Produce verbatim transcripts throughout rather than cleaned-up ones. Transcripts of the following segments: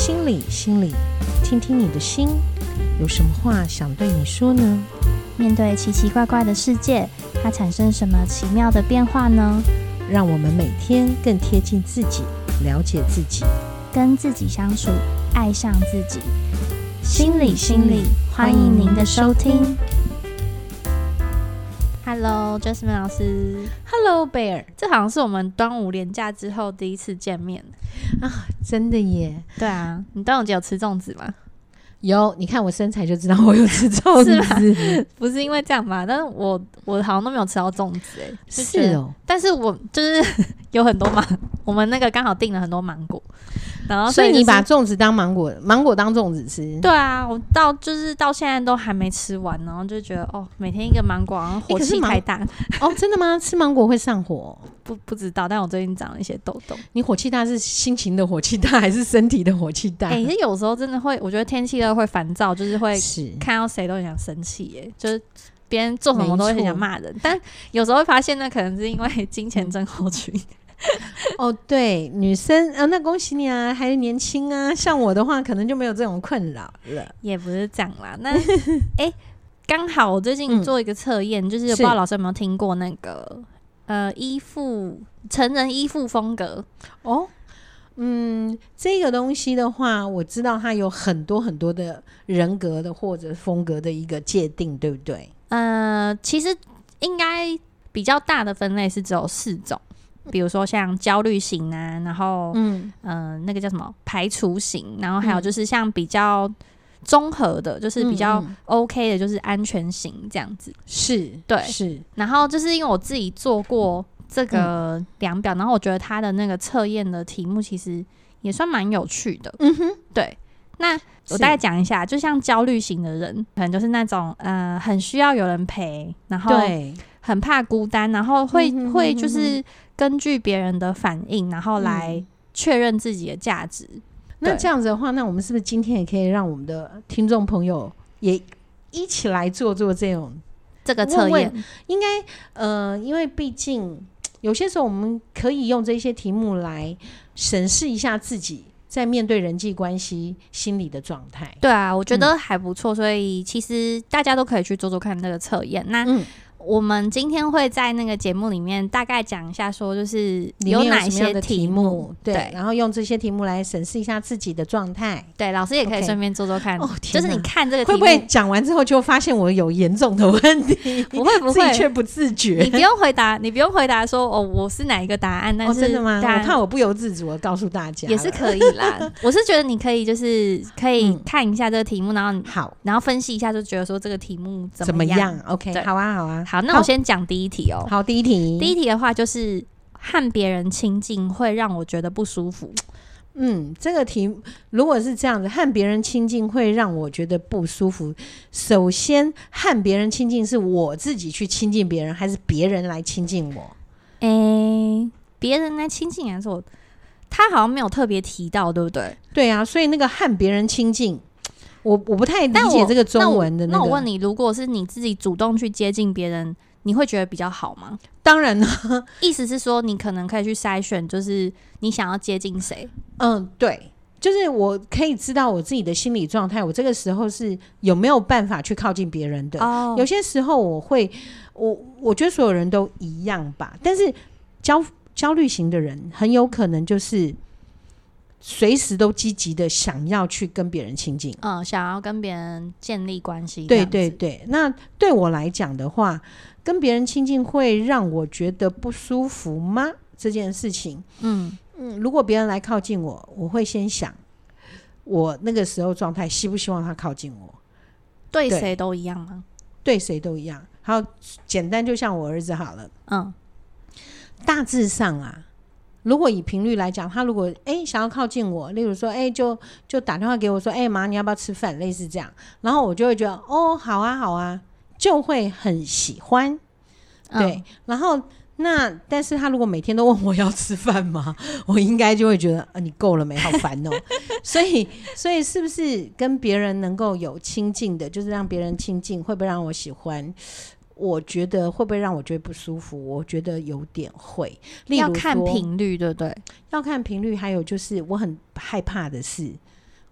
心里心里，听听你的心，有什么话想对你说呢？ 面对奇奇怪怪的世界，它产生什么奇妙的变化呢？ 让我们每天更贴近自己，了解自己， 跟自己相处，爱上自己。心里心里，欢迎您的收听。Hello， Jasmine 老师。 Hello， 贝尔。 这好像是我们端午连假之后第一次见面啊，真的耶。 对啊，你端午节有吃粽子吗？ 有，你看我身材就知道我有吃粽子。 是不是因为这样吧？但是我我好像都没有吃到粽子哎、欸。 是哦。 但是我就是有很多芒，我们那个刚好订了很多芒果，然后所以、就是、 所以你把粽子当芒果，芒果当粽子吃。 对啊，我到就是到现在都还没吃完，然后就觉得哦，每天一个芒果好像火气太大、欸、 哦，真的吗？吃芒果会上火？ 不不知道，但我最近长了一些痘痘。 你火气大是心情的火气大，还是身体的火气大？ 哎、欸，有时候真的会，我觉得天气热会烦躁，就是会是看到谁都很想生气，哎，就是别人做什么都会很想骂人，但有时候会发现那可能是因为金钱症候群。 哦，对，女生啊，那恭喜你啊，还年轻啊。像我的话，可能就没有这种困扰了。 也不是这样啦，那哎，刚好我最近做一个测验、嗯，就是不知道老师有没有听过那个呃依附成人依附风格哦。嗯，这个东西的话，我知道它有很多很多的人格的或者风格的一个界定，对不对？ 呃，其实应该比较大的分类是只有四种。比如说像焦虑型啊，然后嗯、呃、那个叫什么排除型，然后还有就是像比较综合的、嗯、就是比较 OK 的就是安全型这样子。 是， 对， 是。 然后就是因为我自己做过这个量表、嗯、然后我觉得它的那个测验的题目其实也算蛮有趣的。嗯哼，对。那我大概讲一下，就像焦虑型的人可能就是那种呃很需要有人陪，然后很怕孤单，然后会、嗯、会就是根据别人的反应然后来确认自己的价值、嗯、 那这样子的话，那我们是不是今天也可以让我们的听众朋友也一起来做做这种这个测验？ 应该呃，因为毕竟有些时候我们可以用这些题目来审视一下自己在面对人际关系心理的状态。 对啊，我觉得还不错、嗯、所以其实大家都可以去做做看这个测验。那、嗯我们今天会在那个节目里面大概讲一下说就是有哪些题目， 对，对，然后用这些题目来审视一下自己的状态。 对，老师也可以顺便做做看、okay 哦、就是你看这个题目会不会讲完之后就发现我有严重的问题？ 不会不会， 自己却不自觉。 你不用回答，你不用回答说哦我是哪一个答案，但是、 哦、真的吗？我怕我不由自主的告诉大家也是可以啦。我是觉得你可以就是可以看一下这个题目，然后好， 然后分析一下，就觉得说这个题目怎么样？怎么样 ？OK， 好啊好啊。 好，那我先讲第一题哦。 好，第一题， 第一题的话就是和别人亲近会让我觉得不舒服。 嗯，这个题如果是这样子，和别人亲近会让我觉得不舒服。首先，和别人亲近是我自己去亲近别人，还是别人来亲近我？ 诶，别人来亲近还是我？他好像没有特别提到，对不对？ 对啊，所以那个和别人亲近。我我不太理解这个中文的那个。 那我, 那我问你，如果是你自己主动去接近别人，你会觉得比较好吗？ 当然了， 意思是说你可能可以去筛选，就是你想要接近谁。 嗯，对，就是我可以知道我自己的心理状态，我这个时候是有没有办法去靠近别人的。哦，有些时候我会，我我觉得所有人都一样吧，但是焦焦虑型的人很有可能就是随时都积极的想要去跟别人亲近， 嗯，想要跟别人建立关系。 对对对，那对我来讲的话，跟别人亲近会让我觉得不舒服吗？这件事情，嗯嗯，如果别人来靠近我，我会先想，我那个时候状态希不希望他靠近我？ 对谁都一样吗？ 对谁都一样。好，简单就像我儿子好了，嗯，大致上啊。如果以频率来讲，他如果哎想要靠近我，例如说哎就就打电话给我说哎妈你要不要吃饭，类似这样，然后我就会觉得哦好啊好啊，就会很喜欢，对、嗯、然后那但是他如果每天都问我要吃饭吗，我应该就会觉得啊你够了没，好烦哦所以所以是不是跟别人能够有亲近的，就是让别人亲近，会不会让我喜欢？我觉得会不会让我觉得不舒服？我觉得有点会。例如说要看频率，对不对？ 要看频率，还有就是我很害怕的是，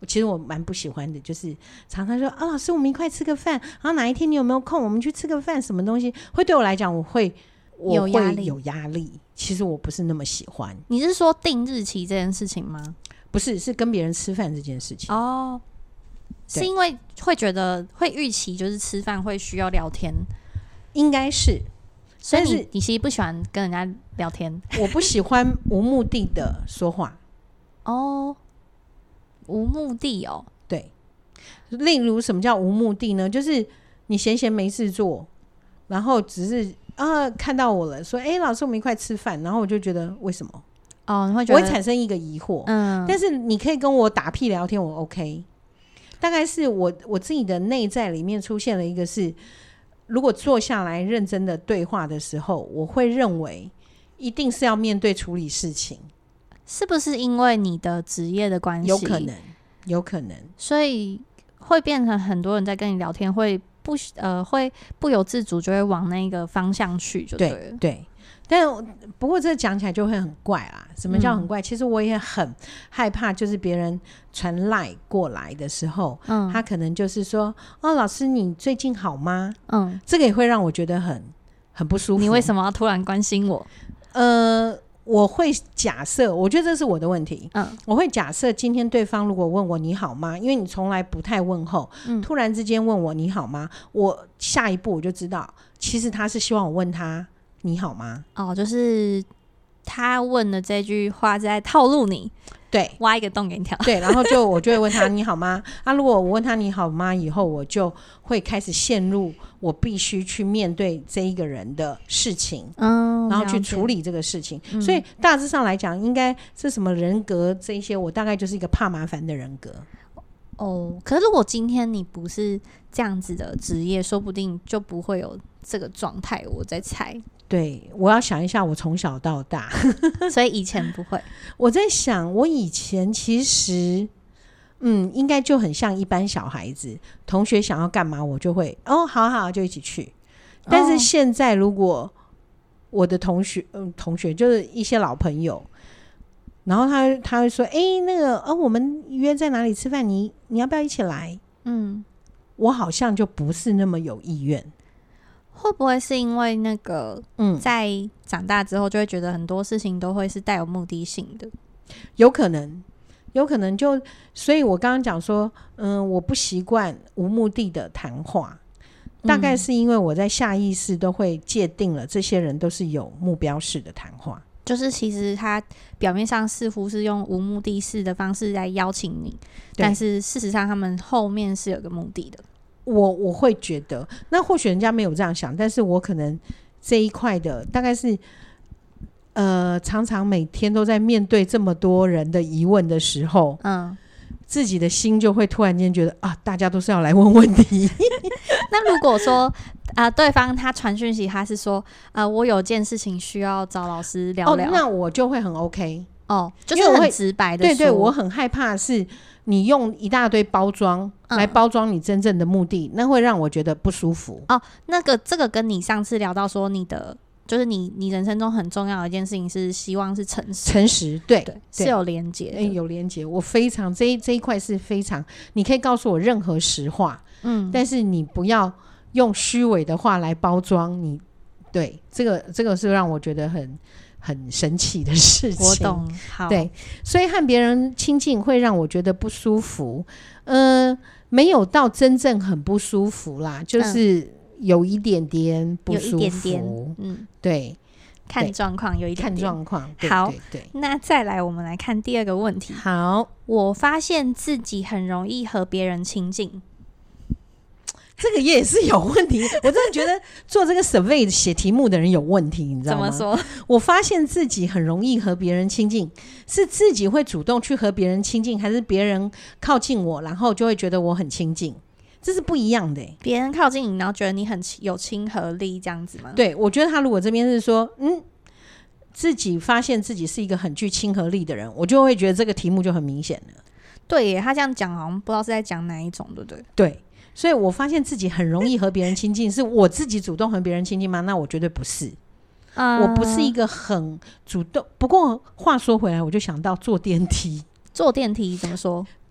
其实我蛮不喜欢的，就是常常说啊，老师我们一块吃个饭，然后哪一天你有没有空，我们去吃个饭，什么东西会对我来讲，我会我有压力， 有压力。其实我不是那么喜欢。 你是说定日期这件事情吗？ 不是，是跟别人吃饭这件事情。 哦，是因为会觉得会预期就是吃饭会需要聊天， 应该是。 所以你你其实不喜欢跟人家聊天。 我不喜欢无目的的说话。 哦。无目的哦， 对，例如什么叫无目的呢？就是你闲闲没事做，然后只是啊看到我了，说哎、欸，老师我们一块吃饭，然后我就觉得为什么？ 哦，你会觉得我会产生一个疑惑， 嗯， 但是你可以跟我打屁聊天，我 OK。大概是我我自己的内在里面出现了一个是，如果坐下来认真的对话的时候，我会认为一定是要面对处理事情。 是不是因为你的职业的关系？ 有可能，有可能， 所以会变成很多人在跟你聊天，会不呃会不由自主就会往那个方向去就对了， 对对。但不过这讲起来就会很怪啦。什么叫很怪？嗯、其实我也很害怕，就是别人传赖过来的时候，嗯，他可能就是说：“哦，老师，你最近好吗？”嗯，这个也会让我觉得很很不舒服。 你为什么要突然关心我？ 呃。我会假设，我觉得这是我的问题。嗯，我会假设今天对方如果问我你好吗，因为你从来不太问候，嗯，突然之间问我你好吗，我下一步我就知道，其实他是希望我问他你好吗？ 哦，就是他问的这句话在套路你， 对， 挖一个洞给你跳。 对，然后就我就会问他你好吗？啊，如果我问他你好吗以后，我就会开始陷入我必须去面对这一个人的事情，嗯，然后去处理这个事情。嗯、所以大致上来讲，应该是什么人格这一些，我大概就是一个怕麻烦的人格。 哦，可是如果今天你不是这样子的职业，说不定就不会有这个状态。我在猜。 对，我要想一下我从小到大所以以前不会。 我在想我以前其实嗯应该就很像一般小孩子，同学想要干嘛我就会哦好好就一起去。但是现在如果我的同学嗯同学就是一些老朋友，然后他他会说哎、欸、那个哦我们约在哪里吃饭，你你要不要一起来？嗯，我好像就不是那么有意愿。 会不会是因为那个嗯，在长大之后就会觉得很多事情都会是带有目的性的？ 有可能，有可能就，所以我刚刚讲说，嗯，我不习惯无目的的谈话，大概是因为我在下意识都会界定了这些人都是有目标式的谈话， 就是其实他表面上似乎是用无目的式的方式来邀请你，但是事实上他们后面是有个目的的。 我我会觉得，那或许人家没有这样想，但是我可能这一块的大概是，呃，常常每天都在面对这么多人的疑问的时候，嗯，自己的心就会突然间觉得啊，大家都是要来问问题。 那如果说啊、呃，对方他传讯息，他是说呃，我有件事情需要找老师聊聊， 哦，那我就会很 OK 哦，就是很直白的说， 对对，我很害怕是你用一大堆包装来包装你真正的目的，嗯，那会让我觉得不舒服。 哦，那个这个跟你上次聊到说你的就是你你人生中很重要的一件事情是希望是诚实， 诚实，对对，是有连结的， 欸，有连结。我非常这一这一块是非常，你可以告诉我任何实话，嗯，但是你不要用虚伪的话来包装你。对，这个这个是让我觉得很。很神奇的事情， 我懂。好， 对，所以和别人亲近会让我觉得不舒服，呃，没有到真正很不舒服啦，就是有一点点不舒服，有一点点，嗯，对， 看状况，有一点点看状况。 好， 对对对， 那再来，我们来看第二个问题。 好， 我发现自己很容易和别人亲近。 这个也是有问题，我真的觉得做这个 survey 写题目的人有问题，你知道吗？ 怎么说？ 我发现自己很容易和别人亲近，是自己会主动去和别人亲近，还是别人靠近我，然后就会觉得我很亲近？这是不一样的，欸。 别人靠近你，然后觉得你很有亲和力，这样子吗？ 对，我觉得他如果这边是说，嗯，自己发现自己是一个很具亲和力的人，我就会觉得这个题目就很明显了。 对耶，他这样讲好像不知道是在讲哪一种，对不对？ 对。所以我发现自己很容易和别人亲近，是我自己主动和别人亲近吗？那我绝对不是，呃、我不是一个很主动。不过话说回来，我就想到坐电梯。 坐电梯怎么说？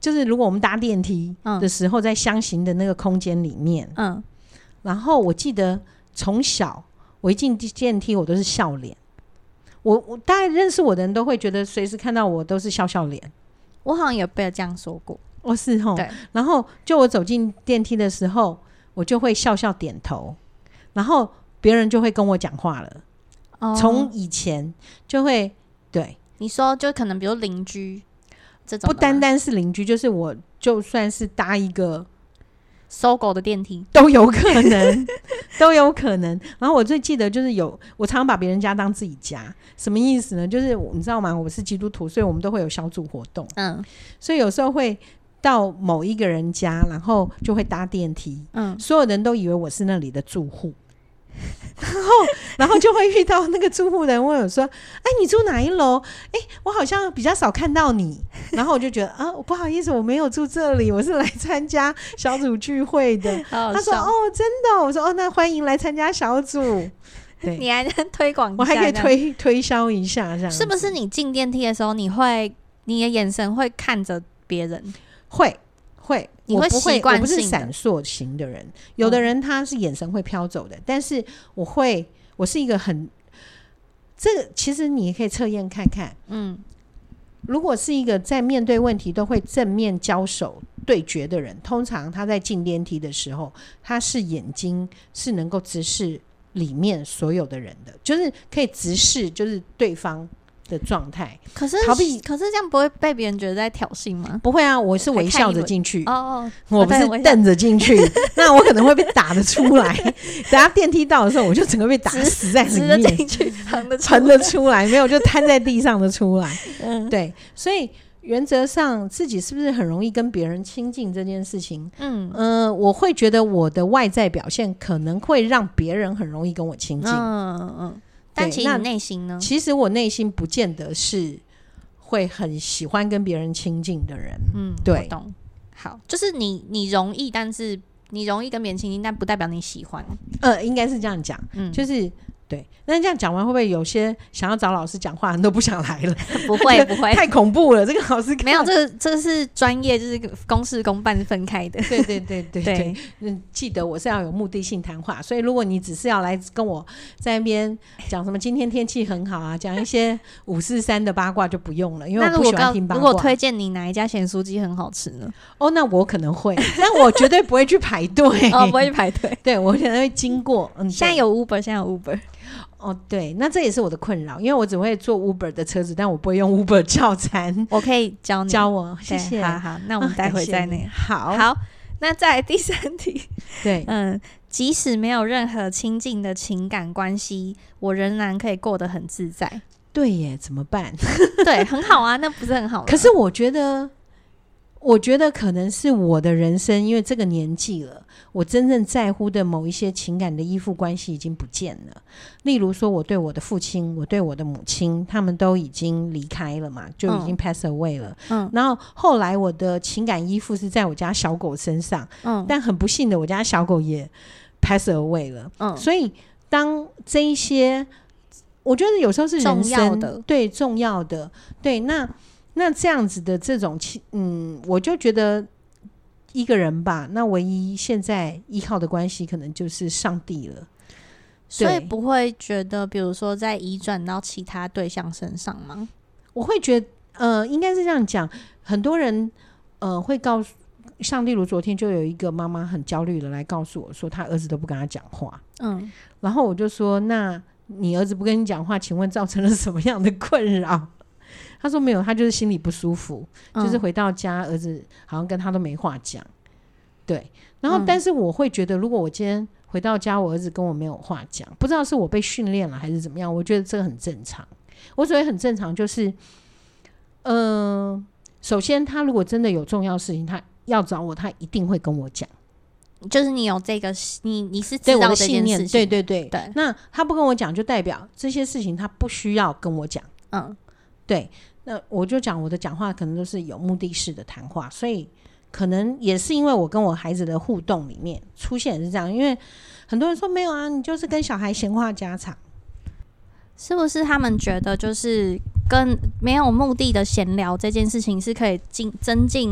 就是如果我们搭电梯的时候，在箱型的那个空间里面，嗯，然后我记得从小我一进电梯我都是笑脸，我我大概认识我的人都会觉得随时看到我都是笑笑脸。 我好像也被这样说过。 哦，是齁。对。然后就我走进电梯的时候，我就会笑笑点头，然后别人就会跟我讲话了。哦。从以前就会对你说，就可能比如邻居这种， 不单单是邻居，就是我就算是搭一个搜狗的电梯都有可能都有可能。然后我最记得就是有我常常把别人家当自己家，什么意思呢？就是你知道吗，我是基督徒，所以我们都会有小组活动，嗯，所以有时候会到某一个人家，然后就会搭电梯，嗯，所有人都以为我是那里的住户然后然后就会遇到那个住户人问我说，哎，你住哪一楼？哎，我好像比较少看到你。然后我就觉得啊，不好意思，我没有住这里，我是来参加小组聚会的。他说哦，真的？我说哦，那欢迎来参加小组。对， 你还能推广一下， 我还可以推推销一下，这样是不是？你进电梯的时候，你会你的眼神会看着别人？ 会会， 你会习惯性的， 我不是闪烁型的人。有的人他是眼神会飘走的，嗯，但是我会，我是一个很这个，其实你也可以测验看看。嗯，如果是一个在面对问题都会正面交手对决的人，通常他在进电梯的时候，他是眼睛是能够直视里面所有的人的，就是可以直视就是对方的状态。 可是逃避，可是这样不会被别人觉得在挑衅吗？ 不会啊，我是微笑着进去。哦，我不是瞪着进去，那我可能会被打得出来。等下电梯到的时候，我就整个被打死在里面， 直进去， 横得出来，没有就瘫在地上的出来。嗯，对，所以原则上自己是不是很容易跟别人亲近这件事情，嗯呃，我会觉得我的外在表现可能会让别人很容易跟我亲近。嗯嗯嗯。 但其实你内心呢？ 其实我内心不见得是会很喜欢跟别人亲近的人。嗯，对， 我懂。好，就是你你容易，但是你容易跟别人亲近，但不代表你喜欢。 呃，应该是这样讲。嗯，就是对。那这样讲完，会不会有些想要找老师讲话人都不想来了？ 不会不会， 太恐怖了。这个老师没有，这个这个是专业，就是公事公办分开的。 对对对对对。嗯，记得我是要有目的性谈话，所以如果你只是要来跟我在那边讲什么今天天气很好啊，讲一些五四三的八卦就不用了，因为我不喜欢听八卦。 如果推荐你哪一家咸酥鸡很好吃呢？ 哦，那我可能会，但我绝对不会去排队。 哦，不会去排队。 对，我可能会经过。嗯， 现在有 Uber， 现在有 Uber。 哦，对，那这也是我的困扰，因为我只会坐 Uber 的车子，但我不会用 Uber 叫餐。 我可以教你， 教我，谢谢。 好好，那我们待会再那、 哦、好好。那再来第三题， 对， 嗯，即使没有任何亲近的情感关系，我仍然可以过得很自在。 对耶，怎么办？ 对，很好啊，那不是很好吗？ 可是我觉得。我觉得可能是我的人生，因为这个年纪了，我真正在乎的某一些情感的依附关系已经不见了。例如说，我对我的父亲，我对我的母亲，他们都已经离开了嘛，就已经 pass away 了。嗯，然后后来我的情感依附是在我家小狗身上，嗯，但很不幸的，我家小狗也 pass away 了。嗯，所以当这一些，我觉得有时候是人生重要的， 对重要的，对那。那这样子的这种嗯，我就觉得一个人吧，那唯一现在依靠的关系可能就是上帝了。 所以不会觉得比如说再移转到其他对象身上吗？ 我会觉得呃，应该是这样讲，很多人呃会告诉像例如昨天就有一个妈妈很焦虑的来告诉我说她儿子都不跟她讲话。嗯，然后我就说那你儿子不跟你讲话，请问造成了什么样的困扰？他说没有，他就是心里不舒服、嗯、就是回到家儿子好像跟他都没话讲。对，然后但是我会觉得如果我今天回到家我儿子跟我没有话讲，不知道是我被训练了还是怎么样，我觉得这个很正常。我所谓很正常就是呃，首先他如果真的有重要事情他要找我，他一定会跟我讲， 就是你有这个你你是知道这件事情， 对对对对。那他不跟我讲就代表这些事情他不需要跟我讲。嗯，对，那我就讲我的讲话可能都是有目的式的谈话，所以可能也是因为我跟我孩子的互动里面出现是这样。因为很多人说没有啊，你就是跟小孩闲话家常， 是不是他们觉得就是跟没有目的的闲聊这件事情是可以进增进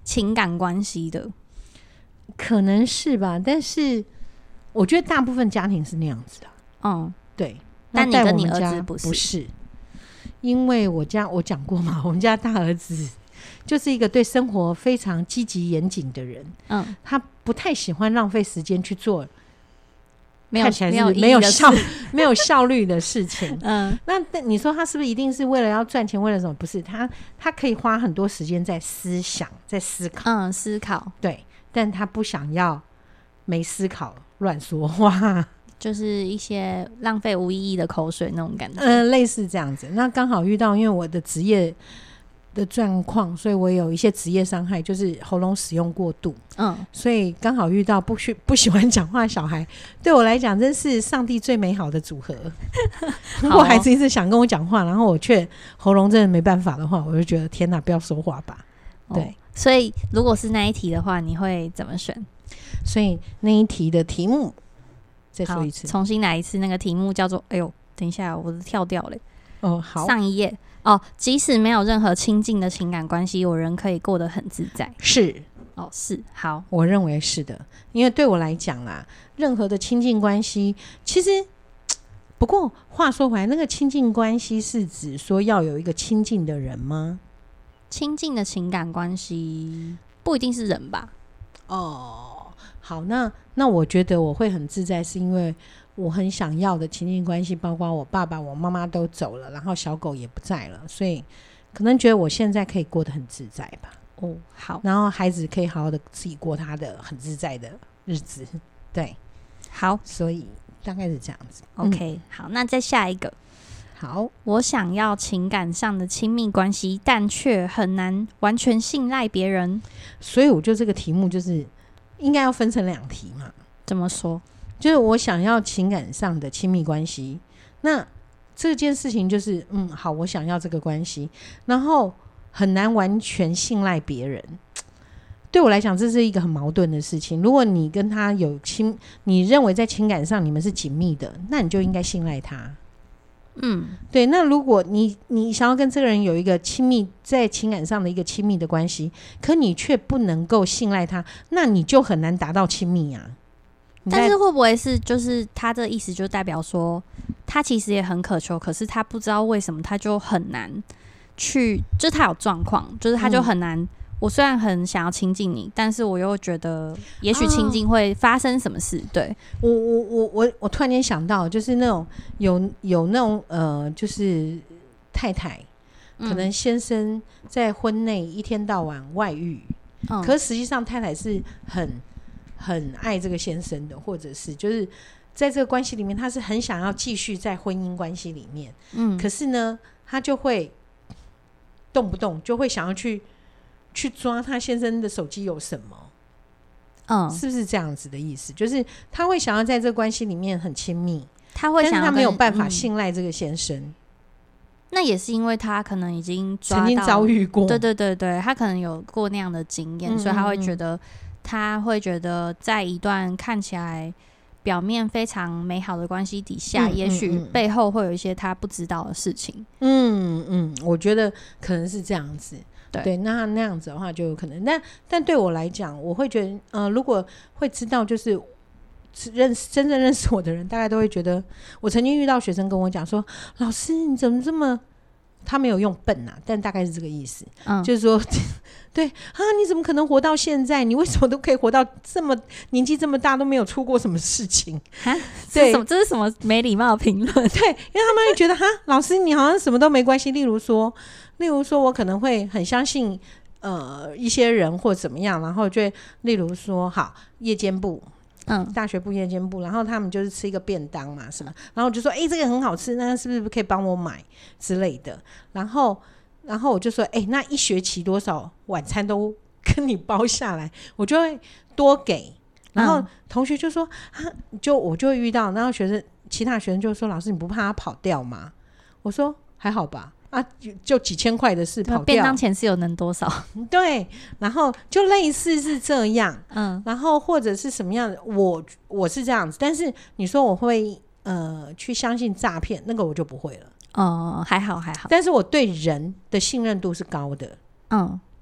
情感关系的？ 可能是吧，但是我觉得大部分家庭是那样子的。嗯，对。 但你跟你儿子不是？ 不是，因为我家我讲过嘛，我们家大儿子就是一个对生活非常积极严谨的人。嗯，他不太喜欢浪费时间去做看起来是没有效没有效率的事情。嗯，那你说他是不是一定是为了要赚钱？为了什么？不是，他他可以花很多时间在思想，在思考。 嗯，思考。 对，但他不想要没思考乱说话。 就是一些浪费无意义的口水那种感觉， 呃，类似这样子。那刚好遇到，因为我的职业的状况，所以我有一些职业伤害，就是喉咙使用过度。嗯，所以刚好遇到不喜不喜欢讲话的小孩，对我来讲真是上帝最美好的组合。如果孩子一直想跟我讲话，然后我却喉咙真的没办法的话，我就觉得天哪，不要说话吧。对、哦， 所以如果是那一题的话，你会怎么选？ 所以那一题的题目。再说一次， 重新来一次。那个题目叫做……哎呦，等一下，我都跳掉了。 哦，好， 上一页哦。即使没有任何亲近的情感关系，我仍可以过得很自在。 是哦，是好， 我认为是的。因为对我来讲啦，任何的亲近关系，其实不过话说回来，那个亲近关系是指说要有一个亲近的人吗？ 亲近的情感关系不一定是人吧？ 哦。好，那那我觉得我会很自在，是因为我很想要的亲近关系，包括我爸爸、我妈妈都走了，然后小狗也不在了，所以可能觉得我现在可以过得很自在吧。 哦，好， 然后孩子可以好好的自己过他的很自在的日子。对， 好， 所以大概是这样子。 OK，、嗯、好，那再下一个。 好， 我想要情感上的亲密关系，但却很难完全信赖别人。 所以我觉得这个题目就是应该要分成两题嘛。 怎么说？ 就是我想要情感上的亲密关系，那这件事情就是嗯，好，我想要这个关系，然后很难完全信赖别人。对我来讲，这是一个很矛盾的事情。如果你跟他有亲，你认为在情感上你们是紧密的，那你就应该信赖他。嗯，对。那如果你你想要跟这个人有一个亲密，在情感上的一个亲密的关系，可你却不能够信赖他，那你就很难达到亲密啊。 但是会不会是就是他这个意思就代表说他其实也很渴求，可是他不知道为什么他就很难去，就是他有状况，就是他就很难、嗯、我虽然很想要亲近你，但是我又觉得也许亲近会发生什么事、哦、对。 我我我我我突然间想到，就是那种有有那种呃就是太太可能先生在婚内一天到晚外遇、嗯、可是实际上太太是很很爱这个先生的，或者是就是在这个关系里面他是很想要继续在婚姻关系里面、嗯、可是呢他就会动不动就会想要去去抓他先生的手机有什么，嗯，是不是这样子的意思？就是他会想要在这个关系里面很亲密， 他会想要， 但是他没有办法信赖这个先生、嗯、 那也是因为他可能已经抓到曾经遭遇过， 对对对对，他可能有过那样的经验、嗯嗯嗯，所以他会觉得他会觉得在一段看起来表面非常美好的关系底下、嗯、也许背后会有一些他不知道的事情。嗯嗯，我觉得可能是这样子。对, 对，那那样子的话就有可能，但但对我来讲，我会觉得，呃，如果会知道，就是认识真正认识我的人，大概都会觉得，我曾经遇到学生跟我讲说，老师你怎么这么，他没有用笨啊，但大概是这个意思，嗯、就是说，对啊，你怎么可能活到现在？你为什么都可以活到这么年纪这么大都没有出过什么事情？ 哈，对，这是什么没礼貌的评论？ 对，因为他们会觉得，哈，老师你好像什么都没关系。例如说。例如说我可能会很相信呃一些人或怎么样，然后就会例如说好夜间部，嗯，大学部夜间部，然后他们就是吃一个便当嘛什么，然后我就说哎、欸、这个很好吃，那是不是可以帮我买之类的，然后然后我就说哎、欸、那一学期多少晚餐都跟你包下来，我就会多给，然后同学就说啊，就我就会遇到，然后学生其他学生就说老师你不怕他跑掉吗？我说还好吧啊，就, 就几千块的事跑掉， 便当钱是有能多少？ 对，然后就类似是这样，嗯，然后或者是什么样的，我我是这样子，但是你说我会呃去相信诈骗，那个我就不会了。 哦，还好还好， 但是我对人的信任度是高的，嗯，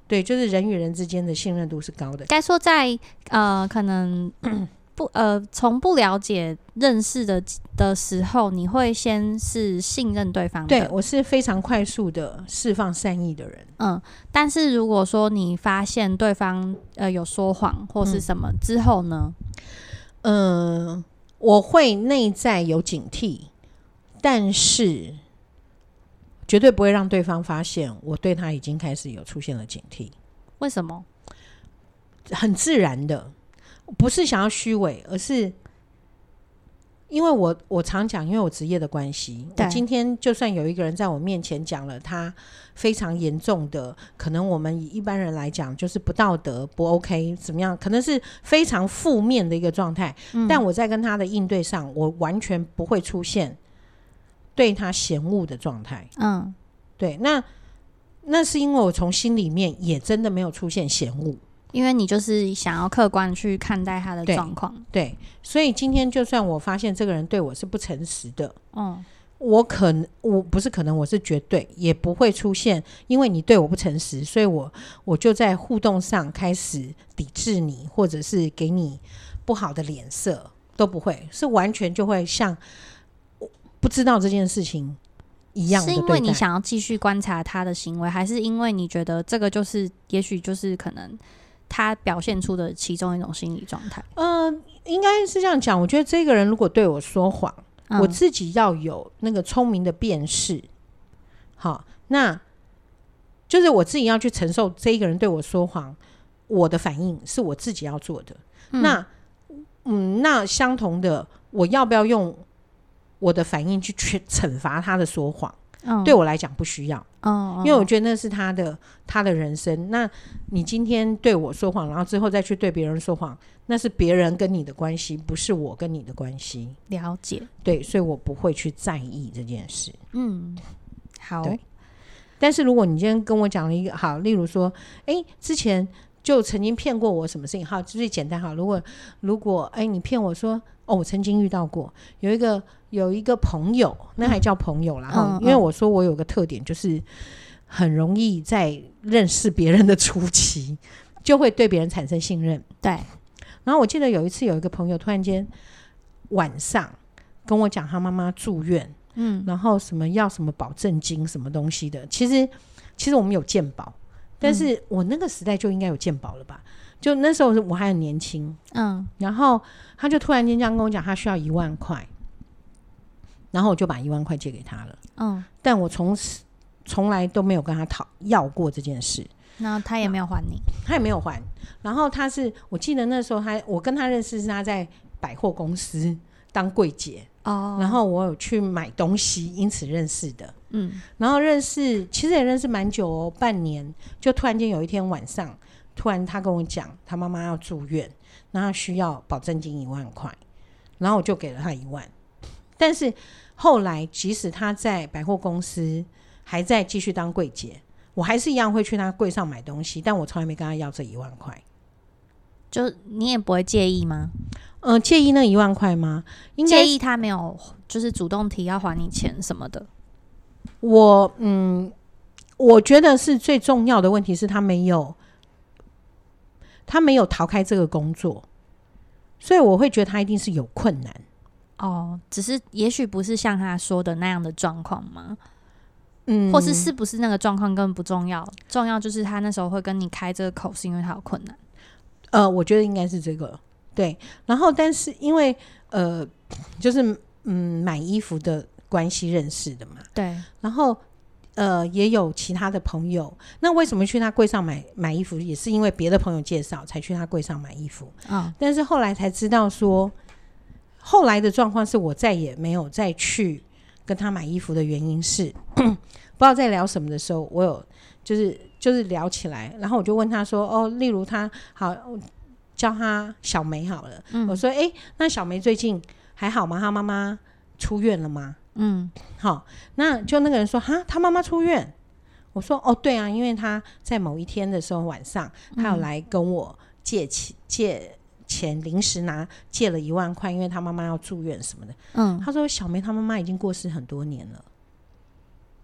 对，就是人与人之间的信任度是高的。 该说在呃，可能不呃，从不了解认识的的时候，你会先是信任对方的。 对，我是非常快速的释放善意的人。 嗯，但是如果说你发现对方呃有说谎或是什么、嗯、之后呢？ 嗯、呃，我会内在有警惕，但是绝对不会让对方发现我对他已经开始有出现了警惕。 为什么？ 很自然的，不是想要虚伪，而是因为我我常讲，因为我职业的关系，我今天就算有一个人在我面前讲了他非常严重的，可能我们以一般人来讲就是不道德不 OK 怎么样，可能是非常负面的一个状态、嗯、但我在跟他的应对上，我完全不会出现对他嫌恶的状态。嗯，对，那那是因为我从心里面也真的没有出现嫌恶， 因为你就是想要客观去看待他的状况。 对，所以今天就算我发现这个人对我是不诚实的，嗯，我可能我不是可能我是绝对也不会出现因为你对我不诚实，所以我我就在互动上开始抵制你，或者是给你不好的脸色，都不会，是完全就会像不知道这件事情一样的对待。 是因为你想要继续观察他的行为，还是因为你觉得这个就是也许就是可能他表现出的其中一种心理状态？ 呃，应该是这样讲，我觉得这个人如果对我说谎、嗯、我自己要有那个聪明的辨识。好，那就是我自己要去承受这个人对我说谎，我的反应是我自己要做的、嗯、那嗯，那相同的，我要不要用我的反应去惩罚他的说谎、嗯、对我来讲不需要、哦、因为我觉得那是他的他的人生。那你今天对我说谎，然后之后再去对别人说谎，那是别人跟你的关系，不是我跟你的关系。 了解。 对，所以我不会去在意这件事。嗯， 好。 对，但是如果你今天跟我讲了一个好，例如说哎，之前就曾经骗过我什么事情，好，最简单好，如果如果哎你骗我说哦，我曾经遇到过有一个有一个朋友，那还叫朋友啦、嗯、因为我说我有个特点，就是很容易在认识别人的初期就会对别人产生信任。 对， 然后我记得有一次有一个朋友突然间晚上跟我讲他妈妈住院，嗯，然后什么要什么保证金什么东西的，其实其实我们有健保，但是我那个时代就应该有健保了吧，就那时候我还很年轻，嗯，然后他就突然间这样跟我讲他需要一万块，然后我就把一万块借给他了，嗯，但我从从来都没有跟他讨要过这件事， 那他也没有还你？ 他也没有还。然后他是我记得那时候他我跟他认识是他在百货公司当柜姐哦，然后我有去买东西，因此认识的，嗯，然后认识其实也认识蛮久哦，半年，就突然间有一天晚上，突然他跟我讲他妈妈要住院，然后他需要保证金一万块，然后我就给了他一万。但是后来即使他在百货公司还在继续当柜姐，我还是一样会去他柜上买东西，但我从来没跟他要这一万块。 就你也不会介意吗？ 呃，介意那一万块吗？应该介意他没有就是主动提要还你钱什么的。 我嗯，我觉得是最重要的问题是他没有他没有逃开这个工作，所以我会觉得他一定是有困难。 哦，只是也许不是像他说的那样的状况吗？嗯，或是是不是那个状况根本不重要，重要就是他那时候会跟你开这个口是因为他有困难。 呃，我觉得应该是这个，对。然后但是因为呃就是嗯买衣服的关系认识的嘛， 对。 然后呃也有其他的朋友，那为什么去他柜上买买衣服，也是因为别的朋友介绍才去他柜上买衣服。哦，但是后来才知道说，后来的状况是我再也没有再去跟他买衣服的原因是不知道在聊什么的时候，我有就是就是聊起来，然后我就问他说哦，例如他好叫他小梅好了，嗯，我说哎，那小梅最近还好吗？他妈妈出院了吗？嗯，好，那就那个人说哈，他妈妈出院。我说哦对啊，因为他在某一天的时候晚上他有来跟我借钱借钱，临时拿借了一万块，因为他妈妈要住院什么的。嗯，他说小梅他妈妈已经过世很多年了。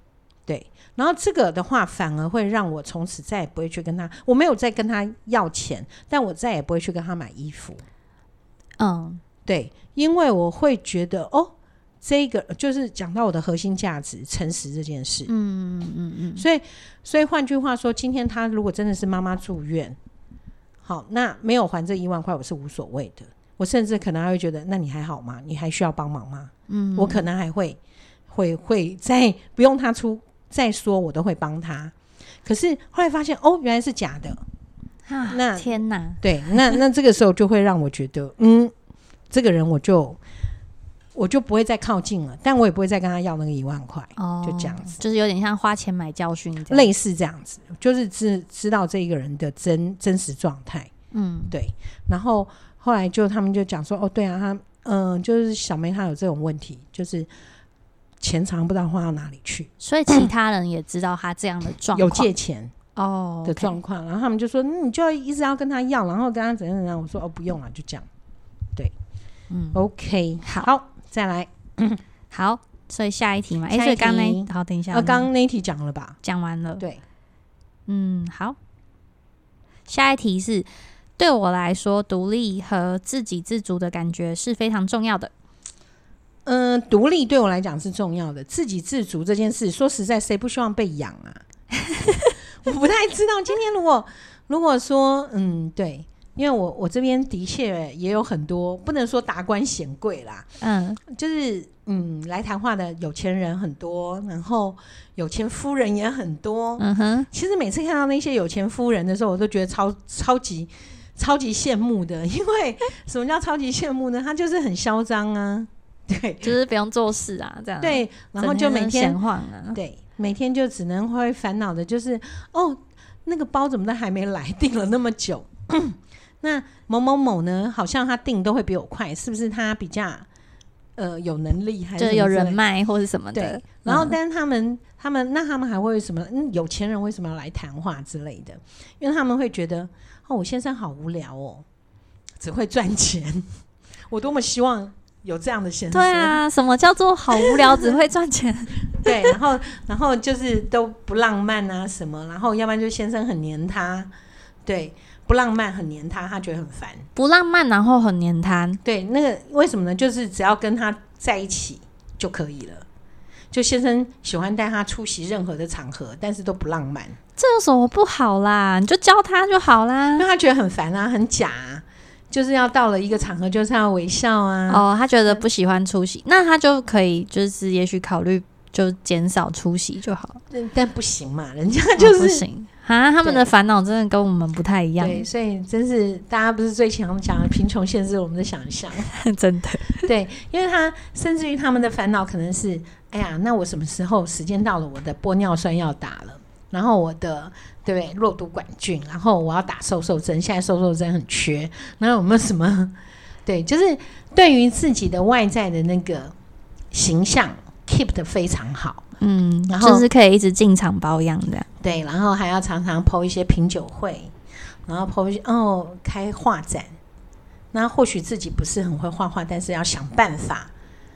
对，然后这个的话反而会让我从此再也不会去跟他，我没有再跟他要钱，但我再也不会去跟他买衣服。 嗯， 对，因为我会觉得哦，这个就是讲到我的核心价值，诚实这件事。 嗯嗯嗯， 所以所以换句话说，今天他如果真的是妈妈住院，好，那没有还这一万块我是无所谓的，我甚至可能还会觉得，那你还好吗？你还需要帮忙吗？嗯，我可能还会会会再不用他出再说，我都会帮他。可是后来发现，哦，原来是假的。 啊， 那天哪！ 对，那那这个时候就会让我觉得，嗯，这个人我就我就不会再靠近了，但我也不会再跟他要那个一万块。哦，就这样子， 就是有点像花钱买教训这样， 类似这样子，就是知知道这一个人的真真实状态。嗯，对。然后后来就他们就讲说，哦，对啊，他嗯、呃，就是小梅她有这种问题，就是钱常不知道花到哪里去， 所以其他人也知道他这样的状况， 有借钱哦的状况， oh, okay. 然后他们就说、嗯、你就要一直要跟他要，然后跟他怎样怎样。我说哦，不用了，就这样。对，嗯 ，OK， 好, 好，再来， 好，所以下一题嘛，哎、欸，所以刚那好，等一下， 刚刚那一题讲了吧？ 讲完了， 对， 嗯，好，下一题是，对我来说，独立和自给自足的感觉是非常重要的。 嗯，独立对我来讲是重要的，自给自足这件事，说实在，谁不希望被养啊？我不太知道，今天如果如果说，嗯，对，因为我我这边的确也有很多，不能说达官显贵啦，嗯，就是嗯，来谈话的有钱人很多，然后有钱夫人也很多，嗯哼。其实每次看到那些有钱夫人的时候，我都觉得超超级超级羡慕的，因为什么叫超级羡慕呢？他就是很嚣张啊。对， 就是不用做事啊，这样。 对，然后就每天闲晃啊， 对，每天就只能会烦恼的就是哦，那个包怎么都还没来，订了那么久。那某某某呢，好像他订都会比我快，是不是他比较呃有能力，还是就是有人脉或是什么的？ 对，然后但是他们、嗯、他们那他们还会什么？嗯，有钱人为什么要来谈话之类的？因为他们会觉得哦，我先生好无聊哦，只会赚钱。我多么希望有这样的先生。 对啊，什么叫做好无聊只会赚钱？ 对，然后然后就是都不浪漫啊什么，然后要不然就先生很黏他，对，不浪漫很黏他，他觉得很烦。 不浪漫然后很黏他， 对，那个为什么呢？就是只要跟他在一起就可以了。就先生喜欢带他出席任何的场合，但是都不浪漫。 这有什么不好啦？你就教他就好啦。 因为他觉得很烦啊，很假啊。就是要到了一个场合就是要微笑啊。 哦，他觉得不喜欢出席，那他就可以就是也许考虑就减少出席就好。 但不行嘛，人家就是、哦、 不行啊，他们的烦恼真的跟我们不太一样。 对，所以真是大家不是最常讲的贫穷限制我们的想象。 真的。 对，因为他甚至于他们的烦恼可能是，哎呀，那我什么时候时间到了，我的玻尿酸要打了，然后我的对不对肉毒杆菌，然后我要打瘦瘦针，现在瘦瘦针很缺，然后有没有什么？对，就是对于自己的外在的那个形象 keep 得非常好， 嗯，然后就是可以一直进场保养这样。 对，然后还要常常 po 一些品酒会，然后 po 一些哦开画展，那或许自己不是很会画画，但是要想办法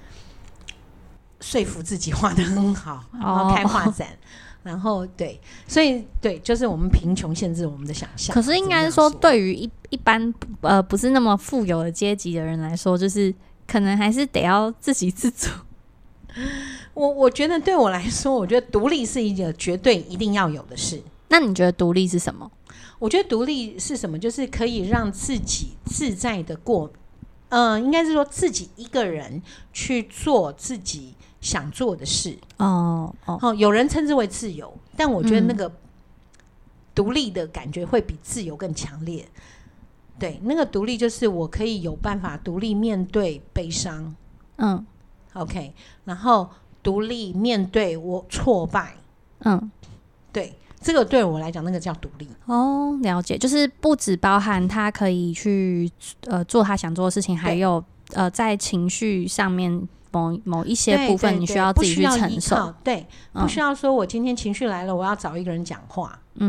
说服自己画得很好，然后开画展。哦，然后对，所以对，就是我们贫穷限制我们的想象。 可是应该说，对于一一般呃不是那么富有的阶级的人来说，就是可能还是得要自给自足。 我我觉得对我来说，我觉得独立是一个绝对一定要有的事。 那你觉得独立是什么？ 我觉得独立是什么？就是可以让自己自在的过，呃，应该是说自己一个人去做自己想做的事。哦哦，哦，有人称之为自由，但我觉得那个独立的感觉会比自由更强烈。嗯，对，那个独立就是我可以有办法独立面对悲伤，嗯 ，OK， 然后独立面对我挫败，嗯，对，这个对我来讲，那个叫独立。哦， 了解，就是不只包含他可以去呃做他想做的事情，还有呃在情绪上面。某, 某一些部分你需要自己去承受， 对，不需要说我今天情绪来了，我要找一个人讲话，嗯，